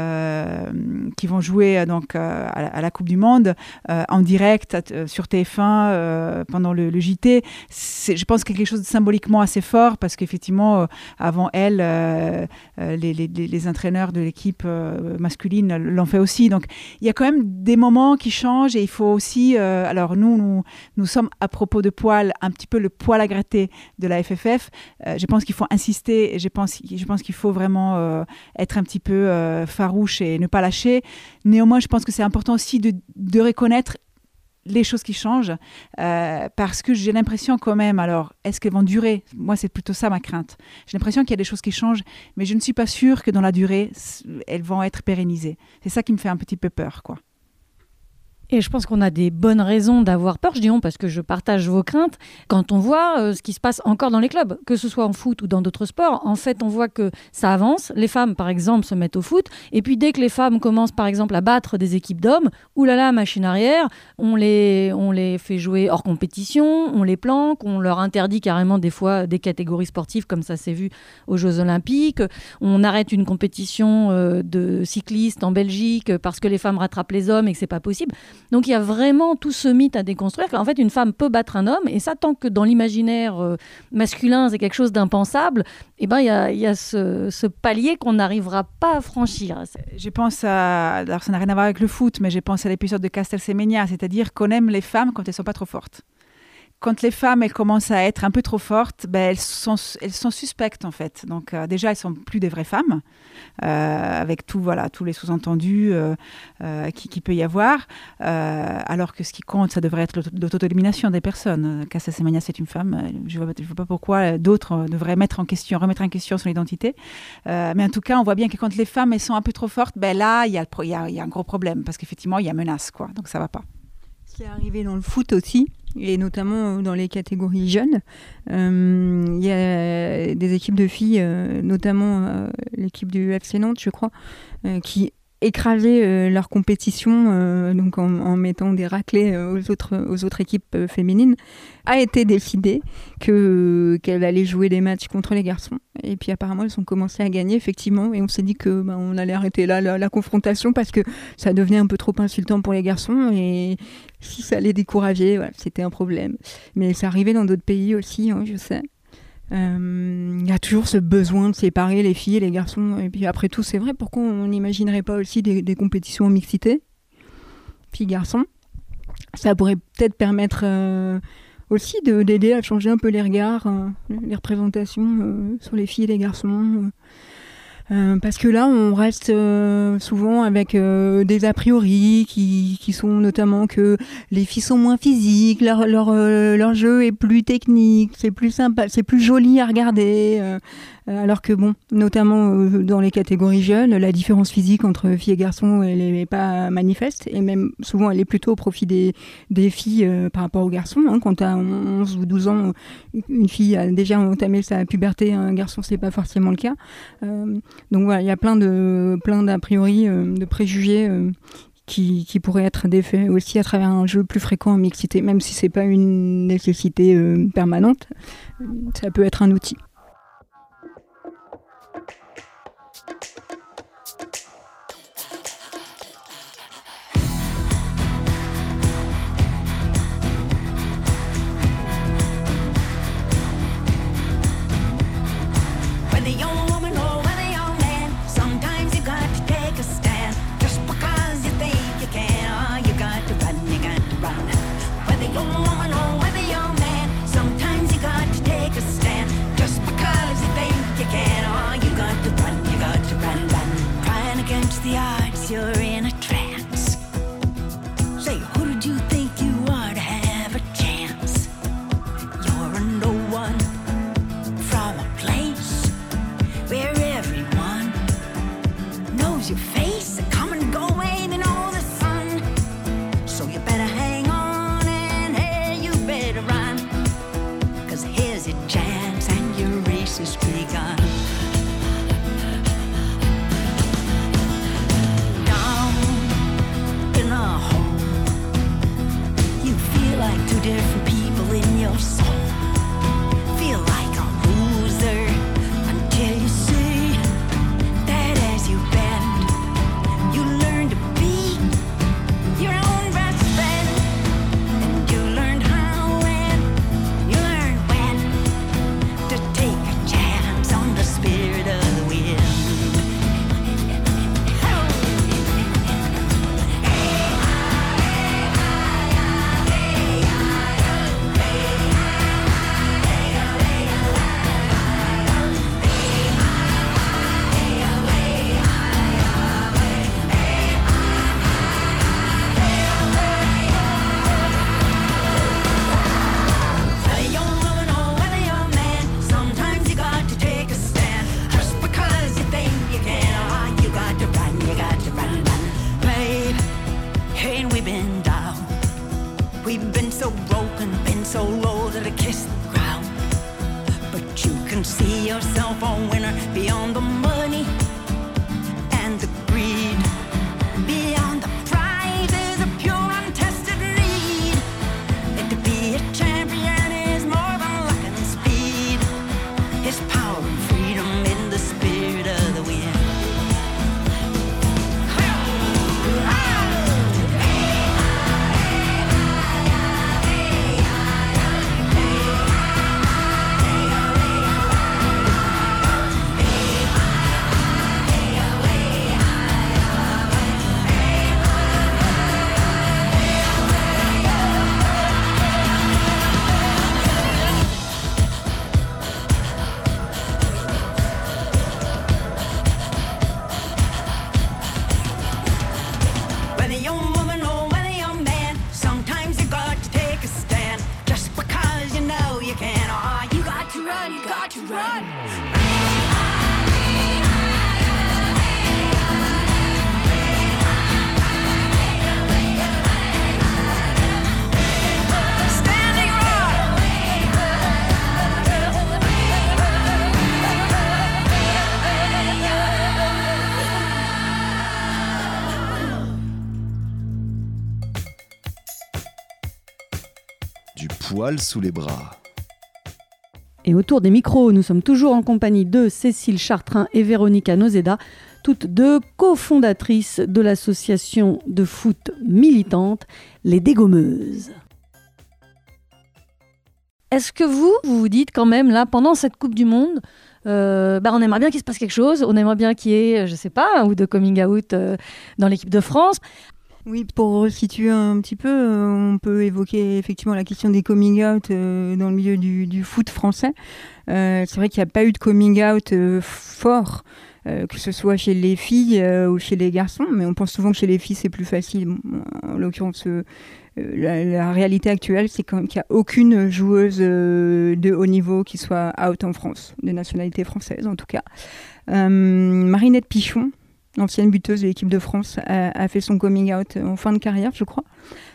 S3: qui vont jouer donc, à la Coupe du Monde en direct sur TF1 pendant le JT. C'est, je pense, quelque chose de symboliquement assez fort parce qu'effectivement, avant elle, les entraîneurs de l'équipe masculine l'ont fait aussi. Donc, il y a quand même des moments qui changent et il faut aussi... alors, nous sommes, à propos de poil, un petit peu le poil à gratter de la FFF. Je pense qu'il faut insister et je pense qu'il faut vraiment être un petit peu farouche et ne pas lâcher. Néanmoins, je pense que c'est important aussi de reconnaître les choses qui changent parce que j'ai l'impression quand même, alors est-ce qu'elles vont durer ? Moi c'est plutôt ça ma crainte. J'ai l'impression qu'il y a des choses qui changent mais je ne suis pas sûre que dans la durée elles vont être pérennisées. C'est ça qui me fait un petit peu peur quoi.
S1: Et je pense qu'on a des bonnes raisons d'avoir peur, je dis on parce que je partage vos craintes, quand on voit ce qui se passe encore dans les clubs, que ce soit en foot ou dans d'autres sports. En fait, on voit que ça avance. Les femmes, par exemple, se mettent au foot. Et puis, dès que les femmes commencent, par exemple, à battre des équipes d'hommes, oulala, machine arrière, on les fait jouer hors compétition, on les planque, on leur interdit carrément des fois des catégories sportives, comme ça s'est vu aux Jeux Olympiques. On arrête une compétition de cyclistes en Belgique parce que les femmes rattrapent les hommes et que c'est pas possible. Donc il y a vraiment tout ce mythe à déconstruire qu'en fait une femme peut battre un homme et ça tant que dans l'imaginaire masculin c'est quelque chose d'impensable, et ben il y a ce palier qu'on n'arrivera pas à franchir.
S3: Je pense alors ça n'a rien à voir avec le foot, mais je pense à l'épisode de Castelsemenya, c'est-à-dire qu'on aime les femmes quand elles sont pas trop fortes. Quand les femmes elles commencent à être un peu trop fortes, elles sont suspectes en fait. Donc déjà elles sont plus des vraies femmes, avec tous les sous-entendus qui peut y avoir. Alors que ce qui compte, ça devrait être l'autodétermination des personnes. Castelsemenya c'est une femme. Je vois pas pourquoi d'autres devraient remettre en question son identité. Mais en tout cas, on voit bien que quand les femmes elles sont un peu trop fortes, là il y a un gros problème parce qu'effectivement il y a menace quoi. Donc ça va pas.
S4: C'est arrivé dans le foot aussi, et notamment dans les catégories jeunes. Il y a des équipes de filles, notamment l'équipe du FC Nantes, je crois, qui écrasaient leur compétition donc en mettant des raclées aux autres équipes féminines, a été décidé qu'elle allait jouer des matchs contre les garçons. Et puis apparemment, elles ont commencé à gagner, effectivement, et on s'est dit qu'on allait arrêter là la confrontation parce que ça devenait un peu trop insultant pour les garçons, et si ça les décourageait, voilà, c'était un problème. Mais ça arrivait dans d'autres pays aussi, hein, je sais. Il y a toujours ce besoin de séparer les filles et les garçons. Et puis après tout, c'est vrai, pourquoi on n'imaginerait pas aussi des compétitions en mixité, filles-garçons? Ça pourrait peut-être permettre aussi d'aider à changer un peu les regards, les représentations sur les filles et les garçons. Parce que là, on reste souvent avec des a priori qui sont notamment que les filles sont moins physiques, leur jeu est plus technique, c'est plus sympa, c'est plus joli à regarder. Alors que bon, notamment dans les catégories jeunes, la différence physique entre filles et garçons, elle n'est pas manifeste, et même souvent elle est plutôt au profit des filles par rapport aux garçons. Hein. Quand tu as 11 ou 12 ans, une fille a déjà entamé sa puberté, un garçon c'est pas forcément le cas. Donc voilà, il y a plein d'a priori, de préjugés qui pourraient être défaits aussi à travers un jeu plus fréquent en mixité, même si c'est pas une nécessité permanente, ça peut être un outil.
S8: The odds, you're in a trance. Say, who did you think you are to have a chance? You're a no one from a place where everyone knows your face. Come and go, ain't you know the sun? So you better hang on and hey, you better run. 'Cause here's your chance and your race has begun. Like two different people in your soul. Feel like a loser until you see that as you bend, you learn to be your own best friend. And you learn how and you learn when to take a chance on the spirit of the wind. So low that I kiss the ground, but you can see yourself a winner beyond the money and the greed, beyond the prizes of pure untested need. And to be a champion is more than luck and speed. It's power and freedom in the spirit of the wind.
S5: poil sous les bras.
S1: Et autour des micros, nous sommes toujours en compagnie de Cécile Chartrain et Véronica Nozeda, toutes deux cofondatrices de l'association de foot militante, les Dégommeuses. Est-ce que vous vous dites quand même, là, pendant cette Coupe du Monde, on aimerait bien qu'il se passe quelque chose, on aimerait bien qu'il y ait, je sais pas, un ou deux coming out dans l'équipe de France.
S4: Oui, pour situer un petit peu, on peut évoquer effectivement la question des coming out dans le milieu du foot français. C'est vrai qu'il n'y a pas eu de coming out fort, que ce soit chez les filles ou chez les garçons, mais on pense souvent que chez les filles c'est plus facile. En l'occurrence, la réalité actuelle, c'est quand même qu'il n'y a aucune joueuse de haut niveau qui soit out en France, de nationalité française en tout cas. Marinette Pichon, l'ancienne buteuse de l'équipe de France, a fait son coming out en fin de carrière, je crois.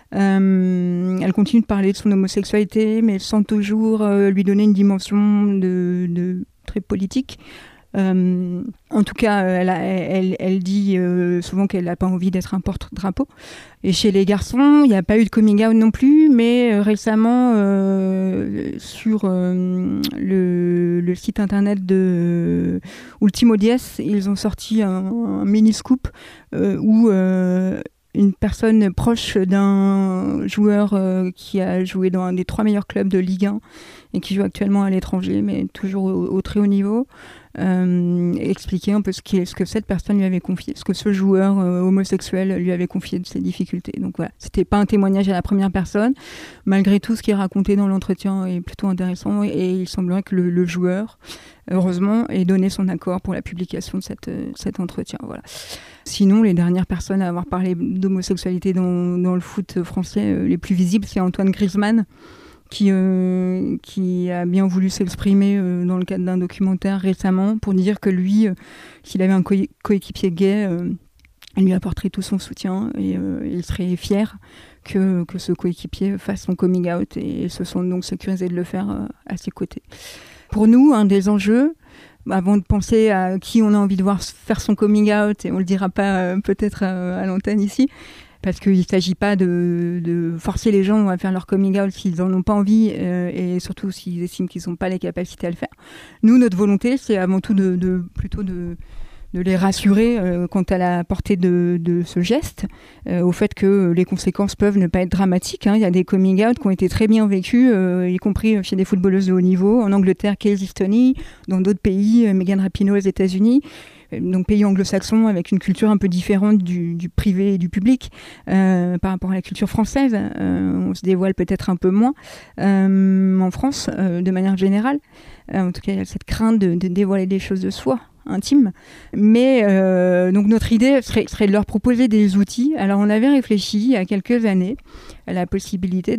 S4: Elle continue de parler de son homosexualité, mais sans toujours lui donner une dimension de très politique. En tout cas, elle dit souvent qu'elle n'a pas envie d'être un porte-drapeau. Et chez les garçons, il n'y a pas eu de coming out non plus, mais récemment, sur le site internet de Ultimo Diez, ils ont sorti un mini-scoop où une personne proche d'un joueur qui a joué dans un des 3 meilleurs clubs de Ligue 1 et qui joue actuellement à l'étranger, mais toujours au très haut niveau, expliquer un peu ce que cette personne lui avait confié, ce que ce joueur homosexuel lui avait confié de ses difficultés. Donc voilà, c'était pas un témoignage à la première personne. Malgré tout, ce qui est raconté dans l'entretien est plutôt intéressant et il semblerait que le joueur, heureusement, ait donné son accord pour la publication de cet entretien. Voilà. Sinon, les dernières personnes à avoir parlé d'homosexualité dans le foot français, les plus visibles, c'est Antoine Griezmann, qui a bien voulu s'exprimer dans le cadre d'un documentaire récemment pour dire que lui, s'il avait un coéquipier gay, il lui apporterait tout son soutien et il serait fier que ce coéquipier fasse son coming out et se sente donc sécurisé de le faire à ses côtés. Pour nous, un des enjeux, avant de penser à qui on a envie de voir faire son coming out, et on ne le dira pas peut-être à l'antenne ici, parce qu'il ne s'agit pas de forcer les gens à faire leur coming out s'ils n'en ont pas envie et surtout s'ils estiment qu'ils n'ont pas les capacités à le faire. Nous, notre volonté, c'est avant tout plutôt de les rassurer quant à la portée de ce geste, au fait que les conséquences peuvent ne pas être dramatiques. Il y a des coming out qui ont été très bien vécus, y compris chez des footballeuses de haut niveau, en Angleterre, Casey Stoney, dans d'autres pays, Megan Rapinoe aux États-Unis. Donc pays anglo-saxons avec une culture un peu différente du privé et du public par rapport à la culture française. On se dévoile peut-être un peu moins en France, de manière générale. En tout cas, il y a cette crainte de dévoiler des choses de soi, intimes. Mais donc notre idée serait de leur proposer des outils. Alors on avait réfléchi il y a quelques années à la possibilité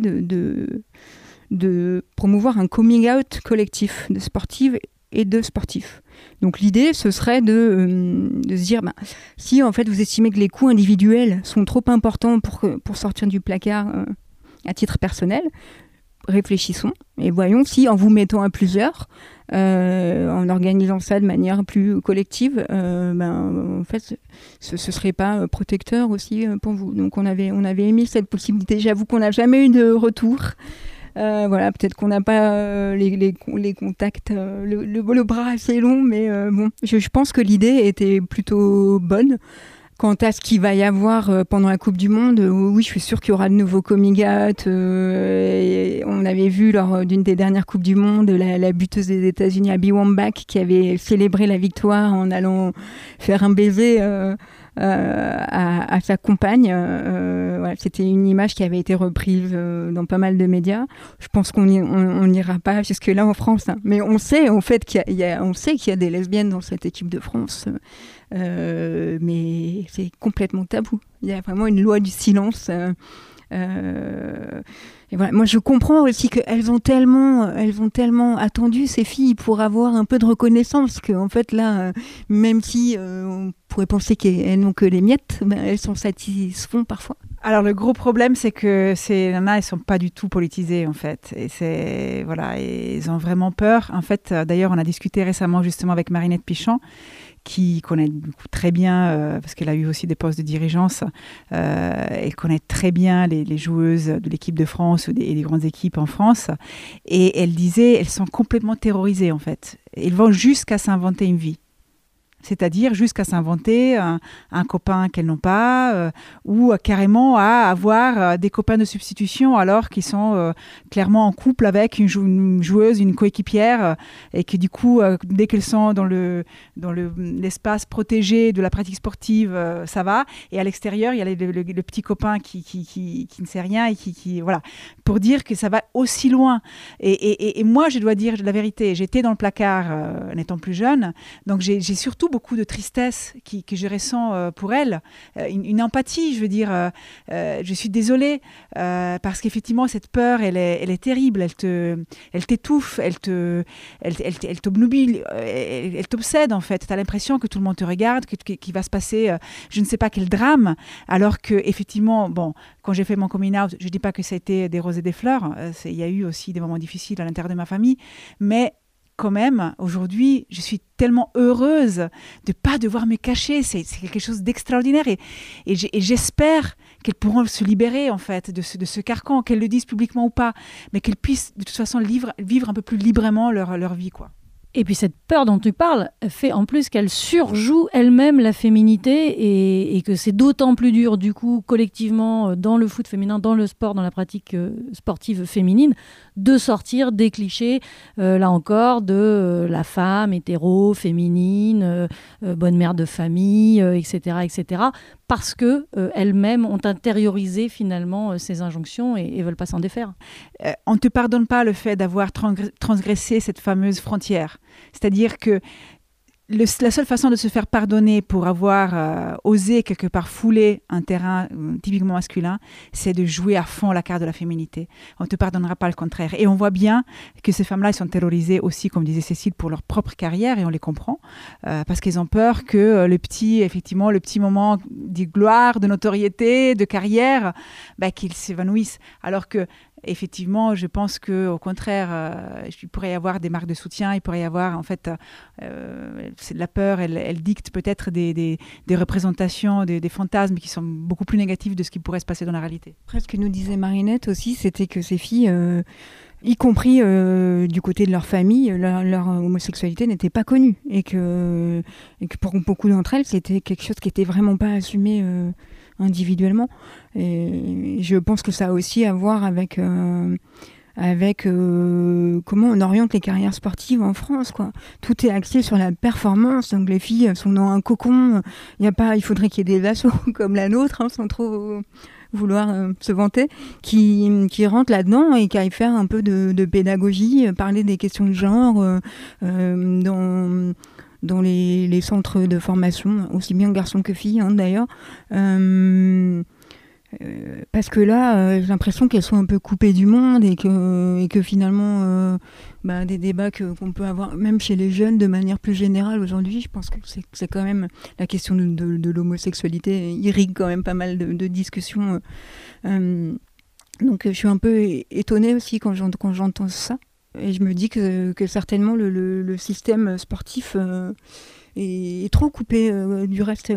S4: de promouvoir un coming out collectif de sportives et de sportifs. Donc l'idée, ce serait de se dire, si en fait vous estimez que les coûts individuels sont trop importants pour sortir du placard à titre personnel, réfléchissons et voyons si en vous mettant à plusieurs, en organisant ça de manière plus collective, en fait ce serait pas protecteur aussi pour vous. Donc on avait émis cette possibilité. J'avoue qu'on n'a jamais eu de retour. Voilà, peut-être qu'on n'a pas les contacts, le bras assez long, mais bon, je pense que l'idée était plutôt bonne. Quant à ce qu'il va y avoir pendant la Coupe du Monde, oui, je suis sûre qu'il y aura de nouveaux coming out. On avait vu lors d'une des dernières Coupes du Monde la buteuse des États-Unis, Abby Wambach, qui avait célébré la victoire en allant faire un baiser à sa compagne. Voilà, c'était une image qui avait été reprise dans pas mal de médias. Je pense qu'on n'ira pas jusque-là en France, hein. Mais on sait en fait qu'il y a des lesbiennes dans cette équipe de France. Mais c'est complètement tabou. Il y a vraiment une loi du silence. Et voilà. Moi, je comprends aussi qu'elles ont tellement attendu, ces filles, pour avoir un peu de reconnaissance, qu'en fait, là, même si on pourrait penser qu'elles n'ont que les miettes, elles s'en satisfont parfois.
S3: Alors, le gros problème, c'est que ces nanas, elles ne sont pas du tout politisées, en fait. Et ils ont vraiment peur. En fait, d'ailleurs, on a discuté récemment, justement, avec Marinette Pichon, qui connaît du coup très bien, parce qu'elle a eu aussi des postes de dirigeance, elle connaît très bien les joueuses de l'équipe de France et des grandes équipes en France. Et elle disait, elles sont complètement terrorisées en fait. Elles vont jusqu'à s'inventer une vie. C'est-à-dire jusqu'à s'inventer un copain qu'elles n'ont pas, ou carrément à avoir des copains de substitution alors qu'ils sont clairement en couple avec une joueuse, une coéquipière, et que du coup, dès qu'elles sont dans l'espace protégé de la pratique sportive, ça va. Et à l'extérieur, il y a le petit copain qui ne sait rien et qui voilà. Pour dire que ça va aussi loin. Et moi, je dois dire la vérité, j'étais dans le placard en étant plus jeune, donc j'ai surtout beaucoup de tristesse que je ressens pour elle, une empathie, je veux dire, je suis désolée parce qu'effectivement cette peur elle est terrible, elle t'étouffe, elle t'obnubile, elle t'obsède en fait, tu as l'impression que tout le monde te regarde, qu'il va se passer je ne sais pas quel drame, alors que effectivement, bon, quand j'ai fait mon coming out, je ne dis pas que ça a été des roses et des fleurs, il y a eu aussi des moments difficiles à l'intérieur de ma famille, mais quand même, aujourd'hui, je suis tellement heureuse de ne pas devoir me cacher. C'est quelque chose d'extraordinaire. Et j'espère qu'elles pourront se libérer, en fait, de ce carcan, qu'elles le disent publiquement ou pas, mais qu'elles puissent, de toute façon, vivre un peu plus librement leur vie, quoi.
S1: Et puis cette peur dont tu parles fait en plus qu'elle surjoue elle-même la féminité et que c'est d'autant plus dur du coup collectivement dans le foot féminin, dans le sport, dans la pratique sportive féminine, de sortir des clichés, là encore, de la femme hétéro, féminine, bonne mère de famille, etc., etc., parce qu'elles-mêmes ont intériorisé finalement ces injonctions et ne veulent pas s'en défaire.
S3: On ne te pardonne pas le fait d'avoir transgressé cette fameuse frontière. C'est-à-dire que la seule façon de se faire pardonner pour avoir osé quelque part fouler un terrain typiquement masculin, c'est de jouer à fond la carte de la féminité. On ne te pardonnera pas le contraire. Et on voit bien que ces femmes-là, elles sont terrorisées aussi, comme disait Cécile, pour leur propre carrière, et on les comprend, parce qu'elles ont peur que le petit moment de gloire, de notoriété, de carrière, qu'il s'évanouisse. Alors que effectivement, je pense qu'au contraire, il pourrait y avoir des marques de soutien, il pourrait y avoir, en fait, c'est de la peur, elle dicte peut-être des représentations, des fantasmes qui sont beaucoup plus négatifs de ce qui pourrait se passer dans la réalité.
S4: Après, ce que nous disait Marinette aussi, c'était que ces filles, y compris du côté de leur famille, leur homosexualité n'était pas connue. Et que pour beaucoup d'entre elles, c'était quelque chose qui n'était vraiment pas assumé individuellement. Et je pense que ça a aussi à voir avec comment on oriente les carrières sportives en France, quoi. Tout est axé sur la performance, donc les filles sont dans un cocon. Il faudrait qu'il y ait des assos comme la nôtre, sans trop vouloir se vanter, qui rentrent là-dedans et qui aillent faire un peu de pédagogie, parler des questions de genre dans les centres de formation, aussi bien garçons que filles, d'ailleurs. Parce que là, j'ai l'impression qu'elles sont un peu coupées du monde et que finalement, des débats qu'on peut avoir, même chez les jeunes, de manière plus générale aujourd'hui, je pense que c'est quand même la question de l'homosexualité irrigue quand même pas mal de discussions. Donc je suis un peu étonnée aussi quand j'entends ça. Et je me dis que certainement le système sportif est trop coupé du reste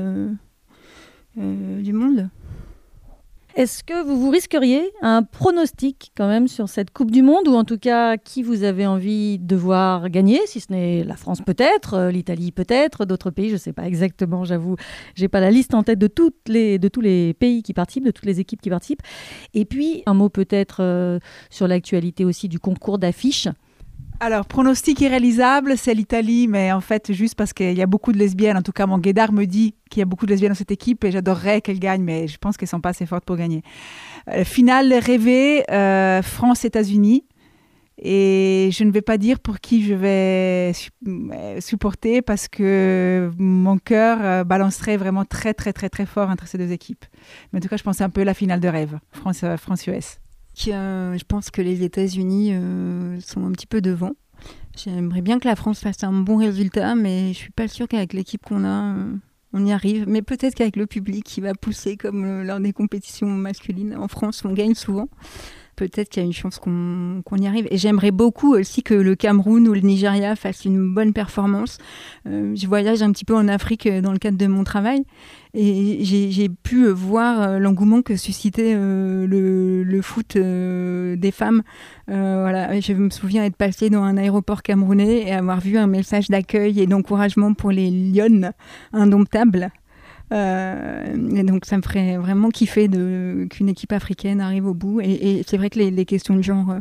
S4: du monde.
S1: Est-ce que vous risqueriez un pronostic quand même sur cette Coupe du Monde, ou en tout cas qui vous avez envie de voir gagner, si ce n'est la France peut-être, l'Italie peut-être, d'autres pays, je ne sais pas exactement, j'avoue, je n'ai pas la liste en tête de tous les pays qui participent, de toutes les équipes qui participent. Et puis un mot peut-être sur l'actualité aussi du concours d'affiches.
S3: Alors, pronostic irréalisable, c'est l'Italie, mais en fait, juste parce qu'il y a beaucoup de lesbiennes. En tout cas, mon guédard me dit qu'il y a beaucoup de lesbiennes dans cette équipe et j'adorerais qu'elles gagnent, mais je pense qu'elles ne sont pas assez fortes pour gagner. Finale rêvée, France-États-Unis. Et je ne vais pas dire pour qui je vais supporter parce que mon cœur balancerait vraiment très, très, très, très fort entre ces deux équipes. Mais en tout cas, je pense un peu la finale de rêve, France-US.
S4: Je pense que les États-Unis sont un petit peu devant. J'aimerais bien que la France fasse un bon résultat, mais je suis pas sûre qu'avec l'équipe qu'on a, on y arrive. Mais peut-être qu'avec le public qui va pousser comme lors des compétitions masculines en France, on gagne souvent. peut-être qu'il y a une chance qu'on y arrive. Et j'aimerais beaucoup aussi que le Cameroun ou le Nigeria fassent une bonne performance. Je voyage un petit peu en Afrique dans le cadre de mon travail et j'ai pu voir l'engouement que suscitait le foot des femmes. Voilà. Je me souviens être passée dans un aéroport camerounais et avoir vu un message d'accueil et d'encouragement pour les lionnes indomptables. Et donc ça me ferait vraiment kiffer qu'une équipe africaine arrive au bout. Et c'est vrai que les questions de genre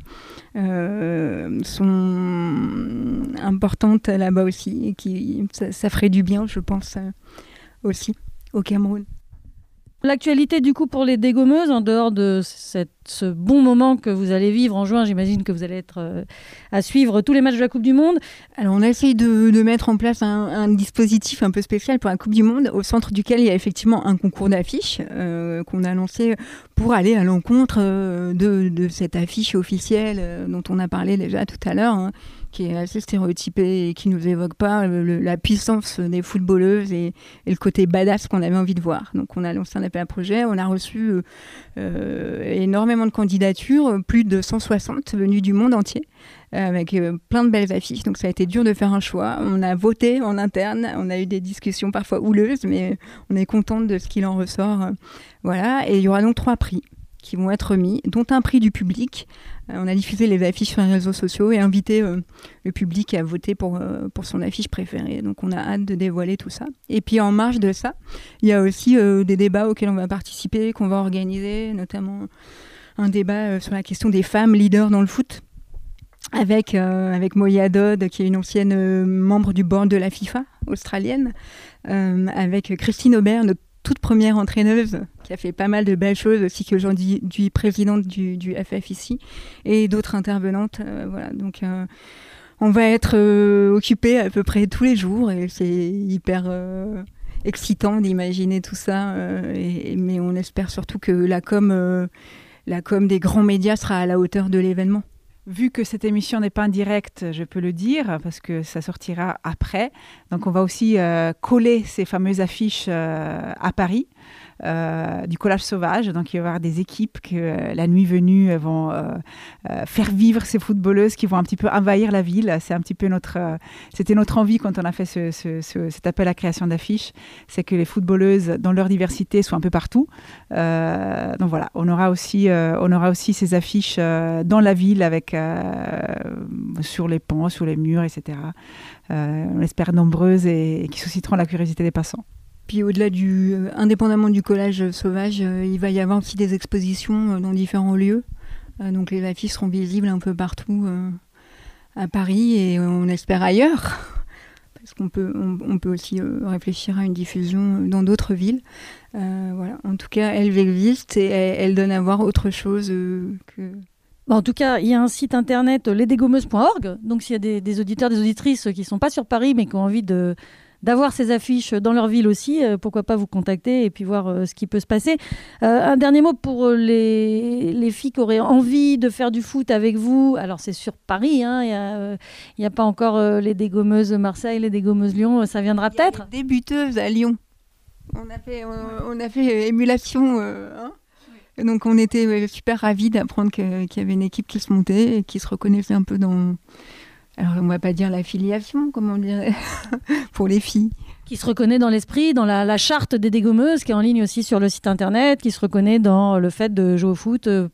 S4: sont importantes là-bas aussi. Et ça ferait du bien, je pense, aussi au Cameroun.
S1: L'actualité du coup pour les dégommeuses, en dehors de ce bon moment que vous allez vivre en juin, j'imagine que vous allez être à suivre tous les matchs de la Coupe du Monde.
S4: Alors on a essayé de mettre en place un dispositif un peu spécial pour la Coupe du Monde, au centre duquel il y a effectivement un concours d'affiches qu'on a lancé pour aller à l'encontre de cette affiche officielle dont on a parlé déjà tout à l'heure, qui est assez stéréotypée et qui ne nous évoque pas la puissance des footballeuses et le côté badass qu'on avait envie de voir. Donc on a lancé un appel à projet, on a reçu énormément de candidatures, plus de 160 venues du monde entier, avec plein de belles affiches. Donc ça a été dur de faire un choix. On a voté en interne, on a eu des discussions parfois houleuses, mais on est contente de ce qu'il en ressort. Voilà. Et il y aura donc 3 prix qui vont être remis, dont un prix du public. On a diffusé les affiches sur les réseaux sociaux et invité le public à voter pour son affiche préférée. Donc on a hâte de dévoiler tout ça. Et puis en marge de ça, il y a aussi des débats auxquels on va participer, qu'on va organiser, notamment un débat sur la question des femmes leaders dans le foot, avec Moya Dodd, qui est une ancienne membre du board de la FIFA australienne, avec Christine Aubert, notre toute première entraîneuse, qui a fait pas mal de belles choses, aussi qui est aujourd'hui présidente du FF ici, et d'autres intervenantes. Voilà. Donc on va être occupés à peu près tous les jours, et c'est hyper excitant d'imaginer tout ça, mais on espère surtout que la com des grands médias sera à la hauteur de l'événement.
S3: Vu que cette émission n'est pas en direct, je peux le dire, parce que ça sortira après. Donc, on va aussi coller ces fameuses affiches à Paris, du collage sauvage. Donc, il va y avoir des équipes que, la nuit venue, vont faire vivre ces footballeuses qui vont un petit peu envahir la ville. C'est un petit peu c'était notre envie quand on a fait cet appel à création d'affiches. C'est que les footballeuses, dans leur diversité, soient un peu partout. Donc, voilà, on aura aussi ces affiches dans la ville avec sur les ponts, sur les murs, etc. On espère nombreuses et qui susciteront la curiosité des passants.
S4: Puis au-delà indépendamment du collage sauvage, il va y avoir aussi des expositions dans différents lieux. Donc les affiches seront visibles un peu partout à Paris et on espère ailleurs. Parce qu'on peut aussi réfléchir à une diffusion dans d'autres villes. Voilà. En tout cas, elles existent et elles donnent à voir autre chose que...
S1: En tout cas, il y a un site internet, lesdégommeuses.org. Donc, s'il y a des auditeurs, des auditrices qui ne sont pas sur Paris, mais qui ont envie d'avoir ces affiches dans leur ville aussi, pourquoi pas vous contacter et puis voir ce qui peut se passer. Un dernier mot pour les filles qui auraient envie de faire du foot avec vous. Alors, c'est sur Paris. Il n'y a pas encore les dégommeuses Marseille, les dégommeuses Lyon. Ça viendra peut-être.
S4: Il y a des débuteuses à Lyon. On a fait émulation... Donc on était super ravis d'apprendre qu'il y avait une équipe qui se montait et qui se reconnaissait un peu dans... Alors on ne va pas dire l'affiliation, comme on dirait, pour les filles.
S1: Qui se reconnaît dans l'esprit, dans la charte des dégommeuses, qui est en ligne aussi sur le site internet, qui se reconnaît dans le fait de jouer au foot, de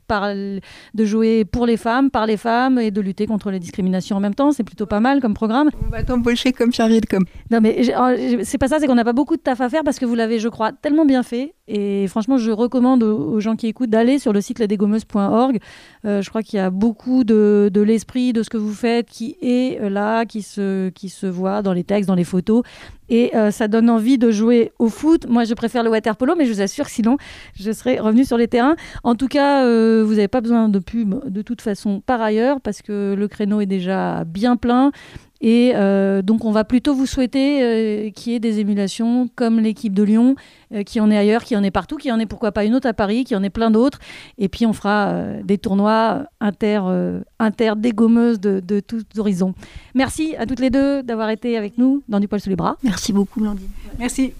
S1: jouer pour les femmes, par les femmes, et de lutter contre les discriminations en même temps. C'est plutôt pas mal comme programme.
S4: On va t'embaucher comme chargée de com.
S1: Non mais c'est pas ça, c'est qu'on n'a pas beaucoup de taf à faire parce que vous l'avez, je crois, tellement bien fait. Et franchement, je recommande aux gens qui écoutent d'aller sur le site lesdégommeuses.org. Je crois qu'il y a beaucoup de l'esprit de ce que vous faites qui est là, qui se voit dans les textes, dans les photos. Et ça donne envie de jouer au foot. Moi, je préfère le water-polo, mais je vous assure que sinon, je serais revenue sur les terrains. En tout cas, vous n'avez pas besoin de pub de toute façon par ailleurs, parce que le créneau est déjà bien plein. Et donc, on va plutôt vous souhaiter qu'il y ait des émulations comme l'équipe de Lyon, qui en est ailleurs, qui en est partout, qui en est pourquoi pas une autre à Paris, qui en est plein d'autres. Et puis, on fera des tournois inter-dégommeuses de tous horizons. Merci à toutes les deux d'avoir été avec nous dans Du poil sous les bras.
S4: Merci beaucoup, Blandine.
S3: Merci.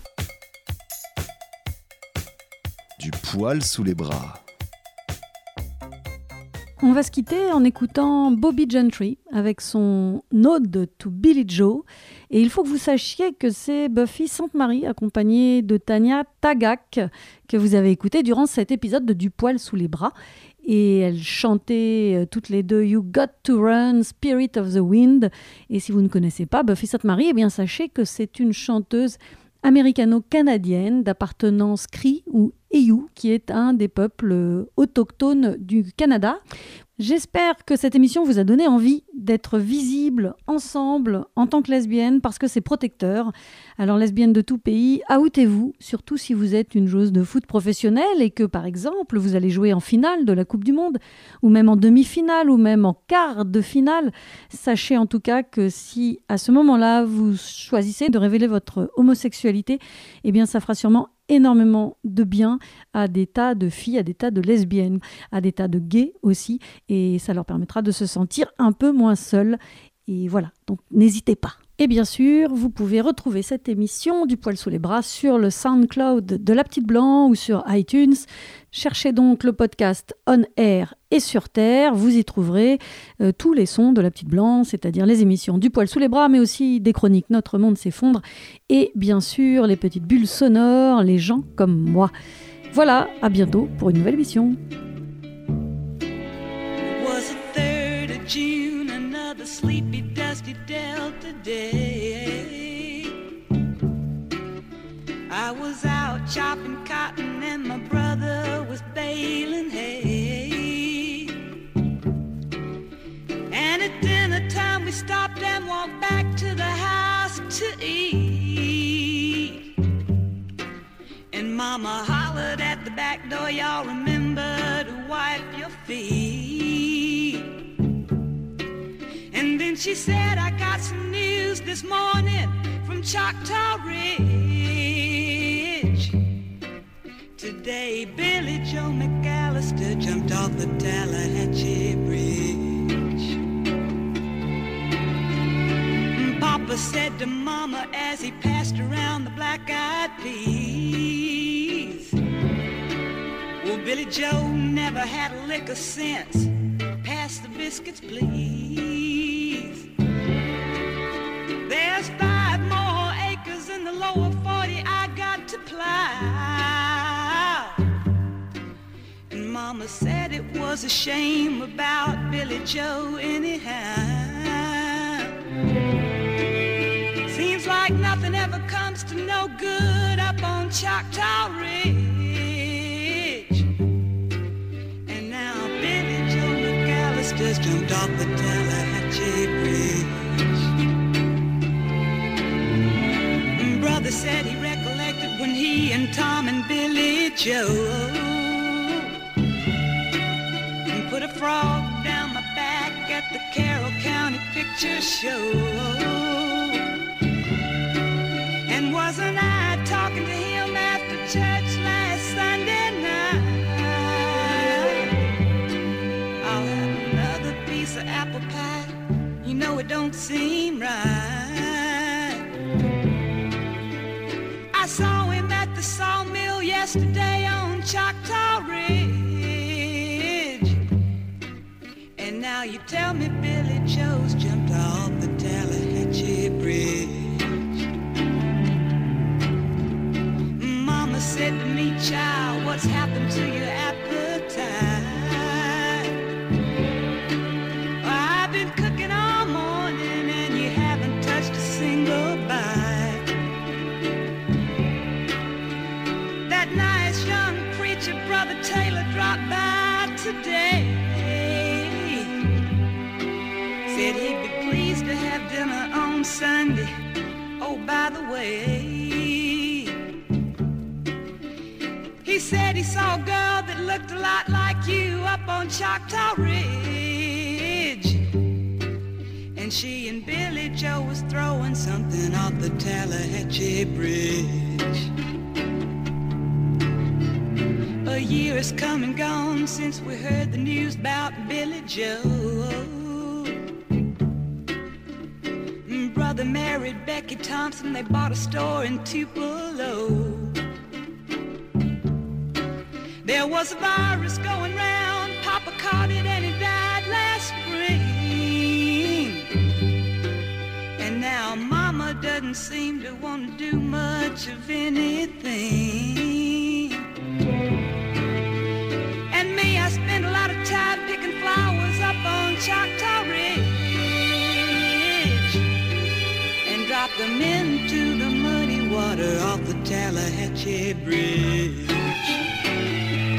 S5: Du poil sous les bras.
S1: On va se quitter en écoutant Bobby Gentry avec son Ode to Billy Joe. Et il faut que vous sachiez que c'est Buffy Sainte-Marie accompagnée de Tanya Tagaq que vous avez écouté durant cet épisode de Du poil sous les bras. Et elles chantaient toutes les deux You Got to Run, Spirit of the Wind. Et si vous ne connaissez pas Buffy Sainte-Marie, eh bien sachez que c'est une chanteuse américano-canadienne d'appartenance Cree ou Eyu, qui est un des peuples autochtones du Canada. J'espère que cette émission vous a donné envie d'être visibles ensemble en tant que lesbiennes parce que c'est protecteur. Alors lesbiennes de tout pays, outez-vous, surtout si vous êtes une joueuse de foot professionnelle et que par exemple vous allez jouer en finale de la Coupe du Monde ou même en demi-finale ou même en quart de finale. Sachez en tout cas que si à ce moment-là vous choisissez de révéler votre homosexualité, eh bien ça fera sûrement énormément de bien à des tas de filles, à des tas de lesbiennes, à des tas de gays aussi, et ça leur permettra de se sentir un peu moins seuls. Et voilà, donc n'hésitez pas. Et bien sûr, vous pouvez retrouver cette émission du poil sous les bras sur le SoundCloud de La Petite Blanc ou sur iTunes. Cherchez donc le podcast On Air et Sur Terre. Vous y trouverez tous les sons de La Petite Blanc, c'est-à-dire les émissions du poil sous les bras, mais aussi des chroniques Notre Monde s'effondre et bien sûr les petites bulles sonores, les gens comme moi. Voilà, à bientôt pour une nouvelle émission.
S8: June, another sleepy, dusty Delta day. I was out chopping cotton and my brother was baling hay. And at dinner time we stopped and walked back to the house to eat. And Mama hollered at the back door, y'all remember to wipe your feet. And then she said, I got some news this morning from Choctaw Ridge. Today, Billy Joe McAllister jumped off the Tallahatchie Bridge. And Papa said to Mama as he passed around the black-eyed peas, well, Billy Joe never had a lick of sense. Pass the biscuits, please. There's 5 more acres in the lower 40 I got to plow. And Mama said it was a shame about Billy Joe anyhow. Seems like nothing ever comes to no good up on Choctaw Ridge. And now Billy Joe just jumped off the Tallahatchie Bridge. Brother said he recollected when he and Tom and Billy Joe put a frog down my back at the Carroll County Picture Show. And wasn't I talking to him after church last Sunday night? I'll have another piece of apple pie. You know it don't seem right. I saw him at the sawmill yesterday on Choctaw Ridge. And now you tell me Billy Joe's jumped off the Tallahatchie Bridge. Mama said to me, child, what's happened to your appetite? I've been cooking all morning and you haven't touched a single bite. That nice young preacher, Brother Taylor, dropped by today. Said he'd be pleased to have dinner on Sunday. Oh, by the way, he said he saw a girl that looked a lot like you up on Choctaw Ridge. And she and Billy Joe was throwing something off the Tallahatchie Bridge. A year has come and gone since we heard the news about Billy Joe. Brother married Becky Thompson, they bought a store in Tupelo. There was a virus going round, Papa caught it and he died last spring. And now Mama doesn't seem to want to do much of anything. And me, I spend a lot of time picking flowers up on Choctaw Ridge and drop them into the muddy water off the Tallahatchie Bridge.